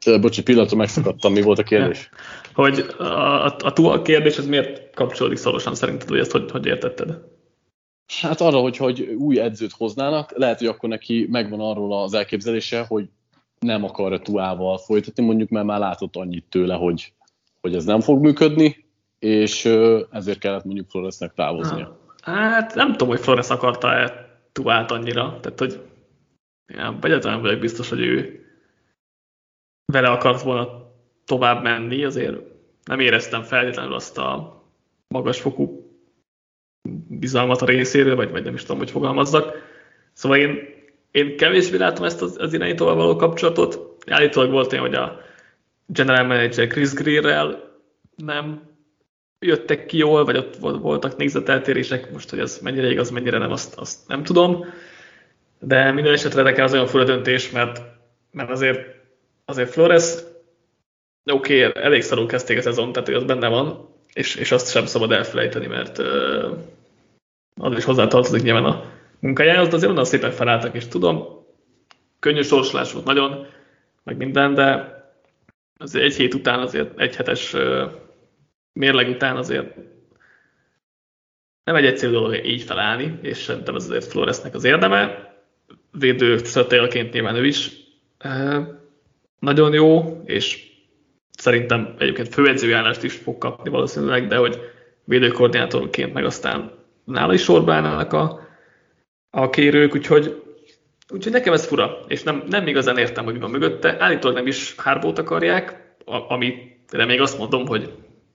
Bocsi, pillanatra megszakadtam, mi volt a kérdés? Hogy a, a, a Tua kérdés, ez miért kapcsolódik szorosan szerinted, hogy ezt hogy, hogy értetted? Hát arra, hogy, hogy új edzőt hoznának, lehet, hogy akkor neki megvan arról az elképzelése, hogy nem akar Tuával folytatni, mondjuk, mert már látott annyit tőle, hogy, hogy ez nem fog működni, és ezért kellett mondjuk Floresnek távoznia. Hát nem tudom, hogy Flores akarta-e Tuát annyira, tehát hogy ja, egyáltalán vagyok biztos, hogy ő vele akart volna tovább menni, azért nem éreztem feltétlenül azt a magasfokú bizalmat a részéről, vagy, vagy nem is tudom, hogy fogalmazzak. Szóval én, én kevésbé látom ezt az, az irányítóval való kapcsolatot. Állítólag volt olyan, hogy a general manager Chris Greerrel nem jöttek ki jól, vagy ott voltak nézeteltérések, most, hogy ez mennyire igaz, mennyire nem, azt, azt nem tudom. De minden esetre nekem az olyan fura döntés, mert, mert azért, azért Flores oké, okay, elég szarul kezdték a szezon, tehát hogy az benne van, és, és azt sem szabad elfelejteni, mert uh, az is hozzátartozik nyilván a munkájához, de azért onnan szépen felálltak, és tudom, könnyű sorsolás volt nagyon, meg minden, de azért egy hét után, azért egy hetes uh, mérleg után azért nem egy egyszerű dolog így felállni, és szerintem ez azért Floresnek az érdeme. Védő stratégaként nyilván ő is uh, nagyon jó, és szerintem egyébként főedzői állást is fog kapni valószínűleg, de hogy védőkoordinátorként meg aztán nála is sorba állnának a, a kérők, úgyhogy, úgyhogy nekem ez fura, és nem, nem igazán értem, hogy mi van mögötte. Állítólag nem is Harbót akarják, amire még azt mondom, hogy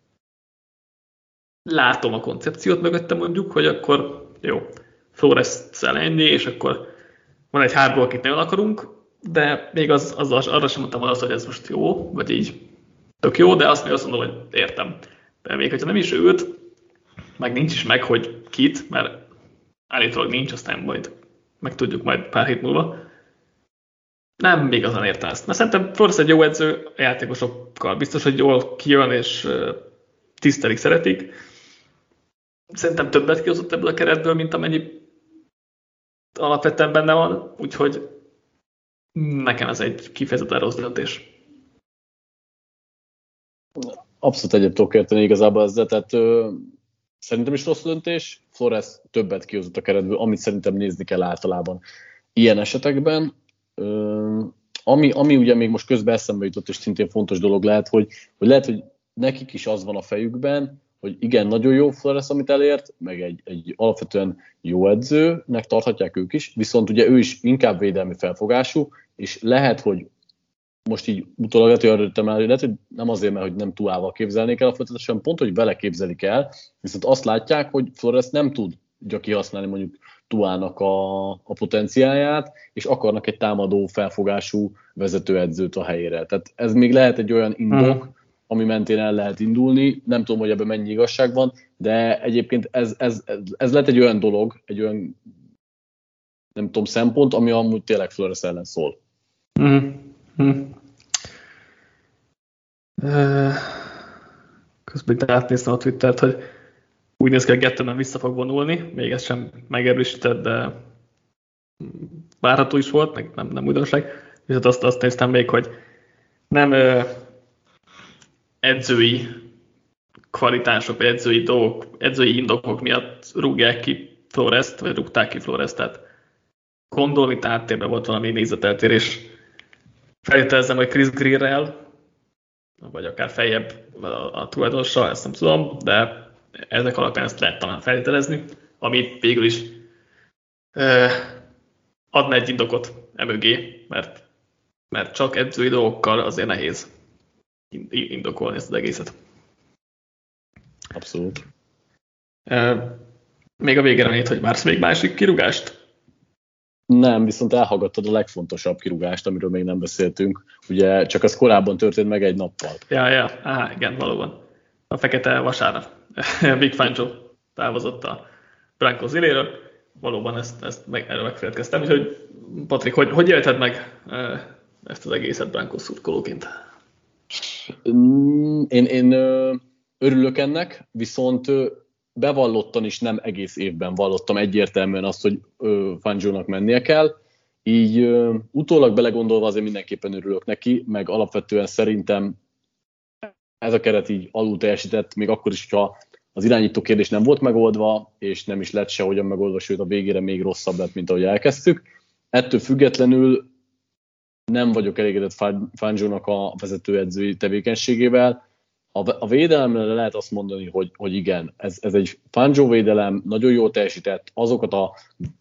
látom a koncepciót mögötte mondjuk, hogy akkor jó, Flores-szel ennyi, és akkor van egy Harbó, akit nagyon akarunk, de még az, az, arra sem mondtam azt, hogy ez most jó, vagy így tök jó, de azt még azt mondom, hogy értem. De még hogyha nem is őt, meg nincs is meg, hogy kit, mert állítólag nincs, aztán majd megtudjuk majd pár hét múlva. Nem igazán értem ezt. Mert szerintem Flores egy jó edző, a játékosokkal biztos, hogy jól kijön, és tisztelik, szeretik. Szerintem többet kihozott ebből a keretből, mint amennyi alapvetően benne van, úgyhogy nekem ez egy kifejezetten rossz döntés. Abszolút egyet tudok érteni igazából ezzel, tehát ö, szerintem is rossz döntés. Flores többet kihozott a keretből, amit szerintem nézni kell általában ilyen esetekben. Ö, ami, ami ugye még most közben eszembe jutott, és szintén fontos dolog lehet, hogy, hogy lehet, hogy nekik is az van a fejükben, hogy igen, nagyon jó Flores, amit elért, meg egy, egy alapvetően jó edzőnek tarthatják ők is, viszont ugye ő is inkább védelmi felfogású, és lehet, hogy most így utólag lehet, hogy arra jöttem el, lehet, hogy nem azért, mert hogy nem Tuával képzelnék el a folytatást, hanem pont, hogy vele képzelik el, viszont azt látják, hogy Flores nem tud kihasználni mondjuk Tuának a, a potenciáját, és akarnak egy támadó felfogású vezetőedzőt a helyére. Tehát ez még lehet egy olyan indok, hmm. ami mentén el lehet indulni. Nem tudom, hogy ebben mennyi igazság van, de egyébként ez, ez, ez, ez lehet egy olyan dolog, egy olyan nem tudom, szempont, ami amúgy tényleg Flores ellen szól. Hmm. Hmm. Közben itt átnéztem a Twittert, hogy úgy néz ki, hogy Gettelman vissza fog vonulni, még ezt sem megerősített, de várható is volt, meg nem, nem újdonság. Viszont azt, azt néztem még, hogy nem ö, edzői kvalitások, vagy edzői dolgok, edzői indokok miatt rúgják ki Florest, vagy rúgták ki Florest, tehát gondolni, tehát háttérben volt valami nézeteltérés. Feltételezem, hogy Chris Greerrel, vagy akár feljebb a, a tulajdonossal, ezt nem tudom, de ezek alapján ezt lehet talán feltételezni, ami végül is eh, adna egy indokot emögé, mert, mert csak edzői dolgokkal azért nehéz indokolni ezt az egészet. Abszolút. Eh, még a végére néz, hogy vársz még másik kirúgást? Nem, viszont elhallgattad a legfontosabb kirúgást, amiről még nem beszéltünk. Ugye csak az korábban történt meg egy nappal. Ja, ja, á, igen, valóban. A fekete vasárnap. Big Fangio távozott a Broncos éléről. Valóban ezt, ezt meg, erről megfelelkeztem. Úgyhogy Patrik, hogy, hogy élted meg ezt az egészet Broncos szurkolóként? Én, én örülök ennek, viszont bevallottan is nem egész évben vallottam egyértelműen azt, hogy Fangio-nak mennie kell. így ö, utólag belegondolva azért mindenképpen örülök neki, meg alapvetően szerintem ez a keret így alul teljesített, még akkor is, hogyha az irányító kérdés nem volt megoldva, és nem is lett sehogyan megoldva, sőt a végére még rosszabb lett, mint ahogy elkezdtük. Ettől függetlenül nem vagyok elégedett Fangio-nak a vezetőedzői tevékenységével. A védelemre lehet azt mondani, hogy, hogy igen, ez, ez egy Fangio védelem, nagyon jól teljesített, azokat a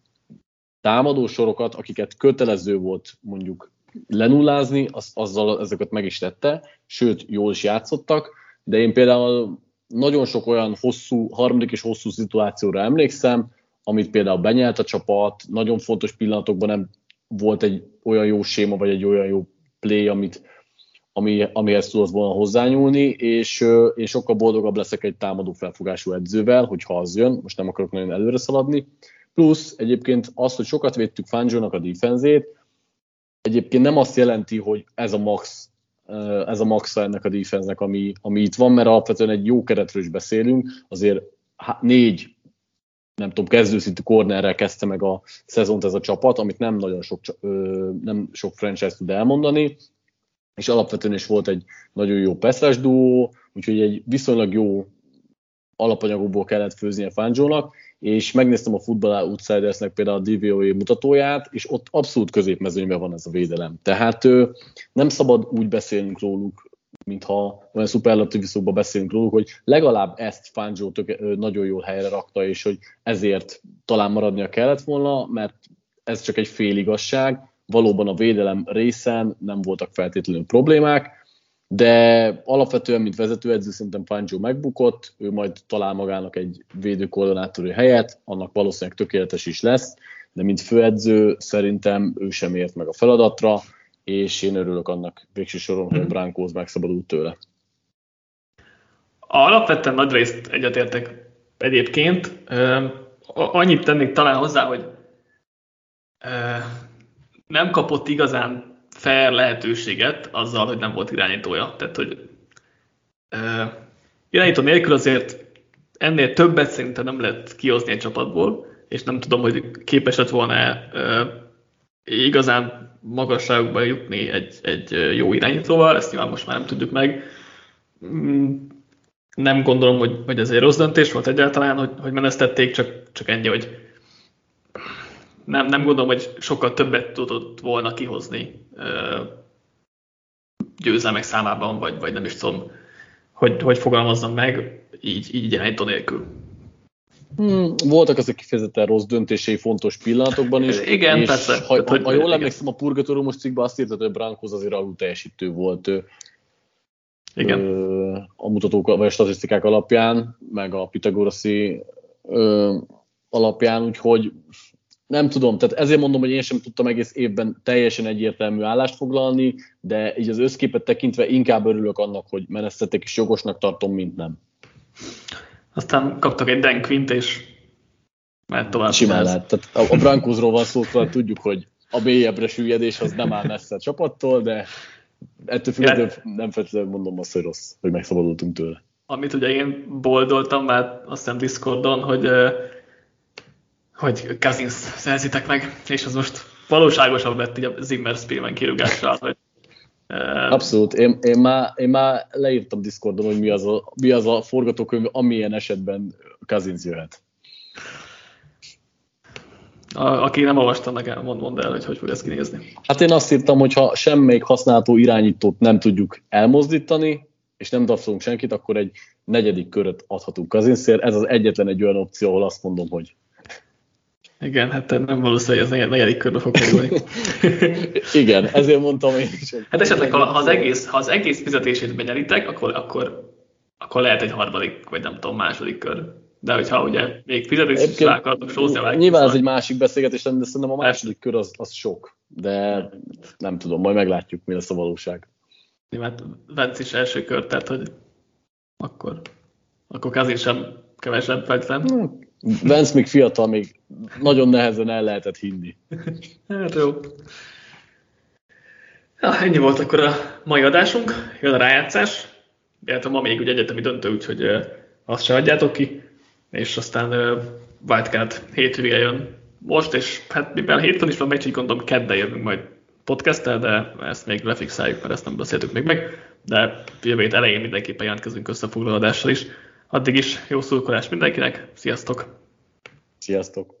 támadó sorokat, akiket kötelező volt mondjuk lenullázni, az, azzal ezeket meg is tette, sőt, jól is játszottak, de én például nagyon sok olyan hosszú, harmadik és hosszú szituációra emlékszem, amit például benyelt a csapat, nagyon fontos pillanatokban nem volt egy olyan jó séma, vagy egy olyan jó play, amit, ami, amihez tudott volna hozzányúlni, és én sokkal boldogabb leszek egy támadó felfogású edzővel, hogyha az jön, most nem akarok nagyon előre szaladni. Plusz egyébként az, hogy sokat védtük Fangio-nak a defenzét, egyébként nem azt jelenti, hogy ez a max, ez a maxa ennek a defense-nek, ami, ami itt van, mert alapvetően egy jó keretről is beszélünk, azért négy, nem tudom, kezdőszintű cornerrel kezdte meg a szezont ez a csapat, amit nem nagyon sok, nem sok franchise tud elmondani, és alapvetően is volt egy nagyon jó pass duó, úgyhogy egy viszonylag jó alapanyagokból kellett főzni a Fangio-nak, és megnéztem a Football Outsidersnek például a dé vé o á mutatóját, és ott abszolút középmezőnyben van ez a védelem. Tehát nem szabad úgy beszélnünk róluk, mintha olyan szuperlatív viszonyban beszélünk róluk, hogy legalább ezt Fangio tök, nagyon jól helyre rakta, és hogy ezért talán maradnia kellett volna, mert ez csak egy fél igazság. Valóban a védelem részen nem voltak feltétlenül problémák, de alapvetően, mint vezetőedző, szerintem Fangio megbukott, ő majd talál magának egy védőkoordinátori helyet, annak valószínűleg tökéletes is lesz, de mint főedző szerintem ő sem ért meg a feladatra, és én örülök annak végső soron, hogy a Broncos megszabadult tőle. Alapvetően nagy részt egyetértek egyébként. Annyit tennék talán hozzá, hogy nem kapott igazán fair lehetőséget azzal, hogy nem volt irányítója. Tehát, hogy uh, irányító nélkül azért ennél többet szerintem nem lehet kihozni egy csapatból, és nem tudom, hogy képes lett volna uh, igazán magasságokba jutni egy, egy jó irányítóval, ezt nyilván most már nem tudjuk meg. Mm, nem gondolom, hogy, hogy ez egy rossz döntés volt egyáltalán, hogy, hogy menesztették, csak, csak ennyi, hogy Nem, nem gondolom, hogy sokkal többet tudott volna kihozni uh, győzelmek számában, vagy, vagy nem is tudom, hogy, hogy fogalmazzam meg, így, így irányító nélkül. Hmm, voltak azok kifejezetten rossz döntései fontos pillanatokban is. Igen, és persze. Ha, ha, ha, ha jól emlékszem, a Purgatóriumos cikkben azt írtad, hogy a Broncos azért alul teljesítő volt. Igen. Ö, a mutatók, vagy a statisztikák alapján, meg a Pitagoraszi ö, alapján, úgyhogy nem tudom, tehát ezért mondom, hogy én sem tudtam egész évben teljesen egyértelmű állást foglalni, de így az összképet tekintve inkább örülök annak, hogy menesztették, és jogosnak tartom, mint nem. Aztán kaptak egy Dan Quint, és mehet tovább. Simán lehet. Tehát a Broncosról van szó, szóval tudjuk, hogy a mélyebbre süllyedés az nem áll messze a csapattól, de ettől függetlenül nem feltétlenül mondom azt, hogy rossz, hogy megszabadultunk tőle. Amit ugye én boldoltam már azt hiszem Discordon, hogy hogy Cousins szerzitek meg, és az most valóságosabb lett így a Zimmer Spielman kirúgással. Hogy, uh... Abszolút. Én, én, már, én már leírtam Discordon, hogy mi az a, mi az a forgatókönyv, amilyen esetben Cousins jöhet. A, aki nem olvastam, nekem mond, mondd el, hogy hogy fog ezt kinézni. Hát én azt írtam, hogy ha semmelyik használható irányítót nem tudjuk elmozdítani, és nem draftunk senkit, akkor egy negyedik köröt adhatunk Cousinsért. Ez az egyetlen egy olyan opció, ahol azt mondom, hogy igen, hát nem valószínű, hogy ez negyedik körbe fog kerülni. Igen, ezért mondtam én is. Hát esetleg, ha az egész, ha az egész fizetését benyeritek, akkor, akkor, akkor lehet egy harmadik, vagy nem tudom, második kör. De hogyha ugye még fizetést is rá akartok sózni a nyilván ez egy másik beszélgetés, de szerintem a második kör az, az sok. De nem tudom, majd meglátjuk, mi lesz a valóság. Nyilván Vence is első kör, tehát hogy akkor, akkor Cousins sem kevesebb feltétlenül. Vence még fiatal, még nagyon nehezen el lehetett hinni. Hát jó. Ja, ennyi volt akkor a mai adásunk. Jön a rájátszás. Illetve ma még ugye egyetemi döntő, úgyhogy azt se adjátok ki. És aztán Wildcard hétvége jön most, és hát mivel hétfőn is van meccs, így gondolom kedden jövünk majd podcasttel, de ezt még lefixáljuk, mert ezt nem beszéltük még meg, de jövő hét elején mindenképpen jelentkezünk összefoglaló adással is. Addig is jó szurkolás mindenkinek, sziasztok! Sziasztok!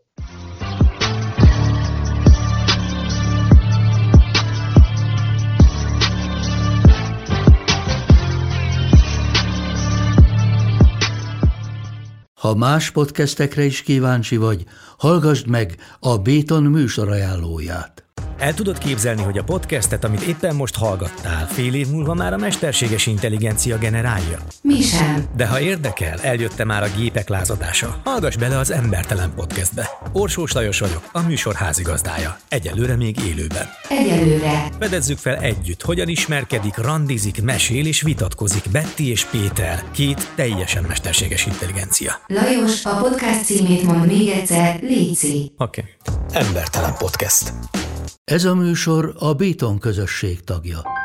Ha más podcastekre is kíváncsi vagy, hallgassd meg a Béton műsor ajánlóját. El tudod képzelni, hogy a podcastet, amit éppen most hallgattál, fél év múlva már a mesterséges intelligencia generálja? Mi sem. De ha érdekel, eljött már a gépek lázadása. Hallgass bele az Embertelen Podcastbe. Orsós Lajos vagyok, a műsor házigazdája. Egyelőre még élőben. Egyelőre. Fedezzük fel együtt, hogyan ismerkedik, randizik, mesél és vitatkozik Betty és Péter, két teljesen mesterséges intelligencia. Lajos, a podcast címét mond még egyszer, léci. Oké. Okay. Embertelen Podcast. Ez a műsor a Béton közösség tagja.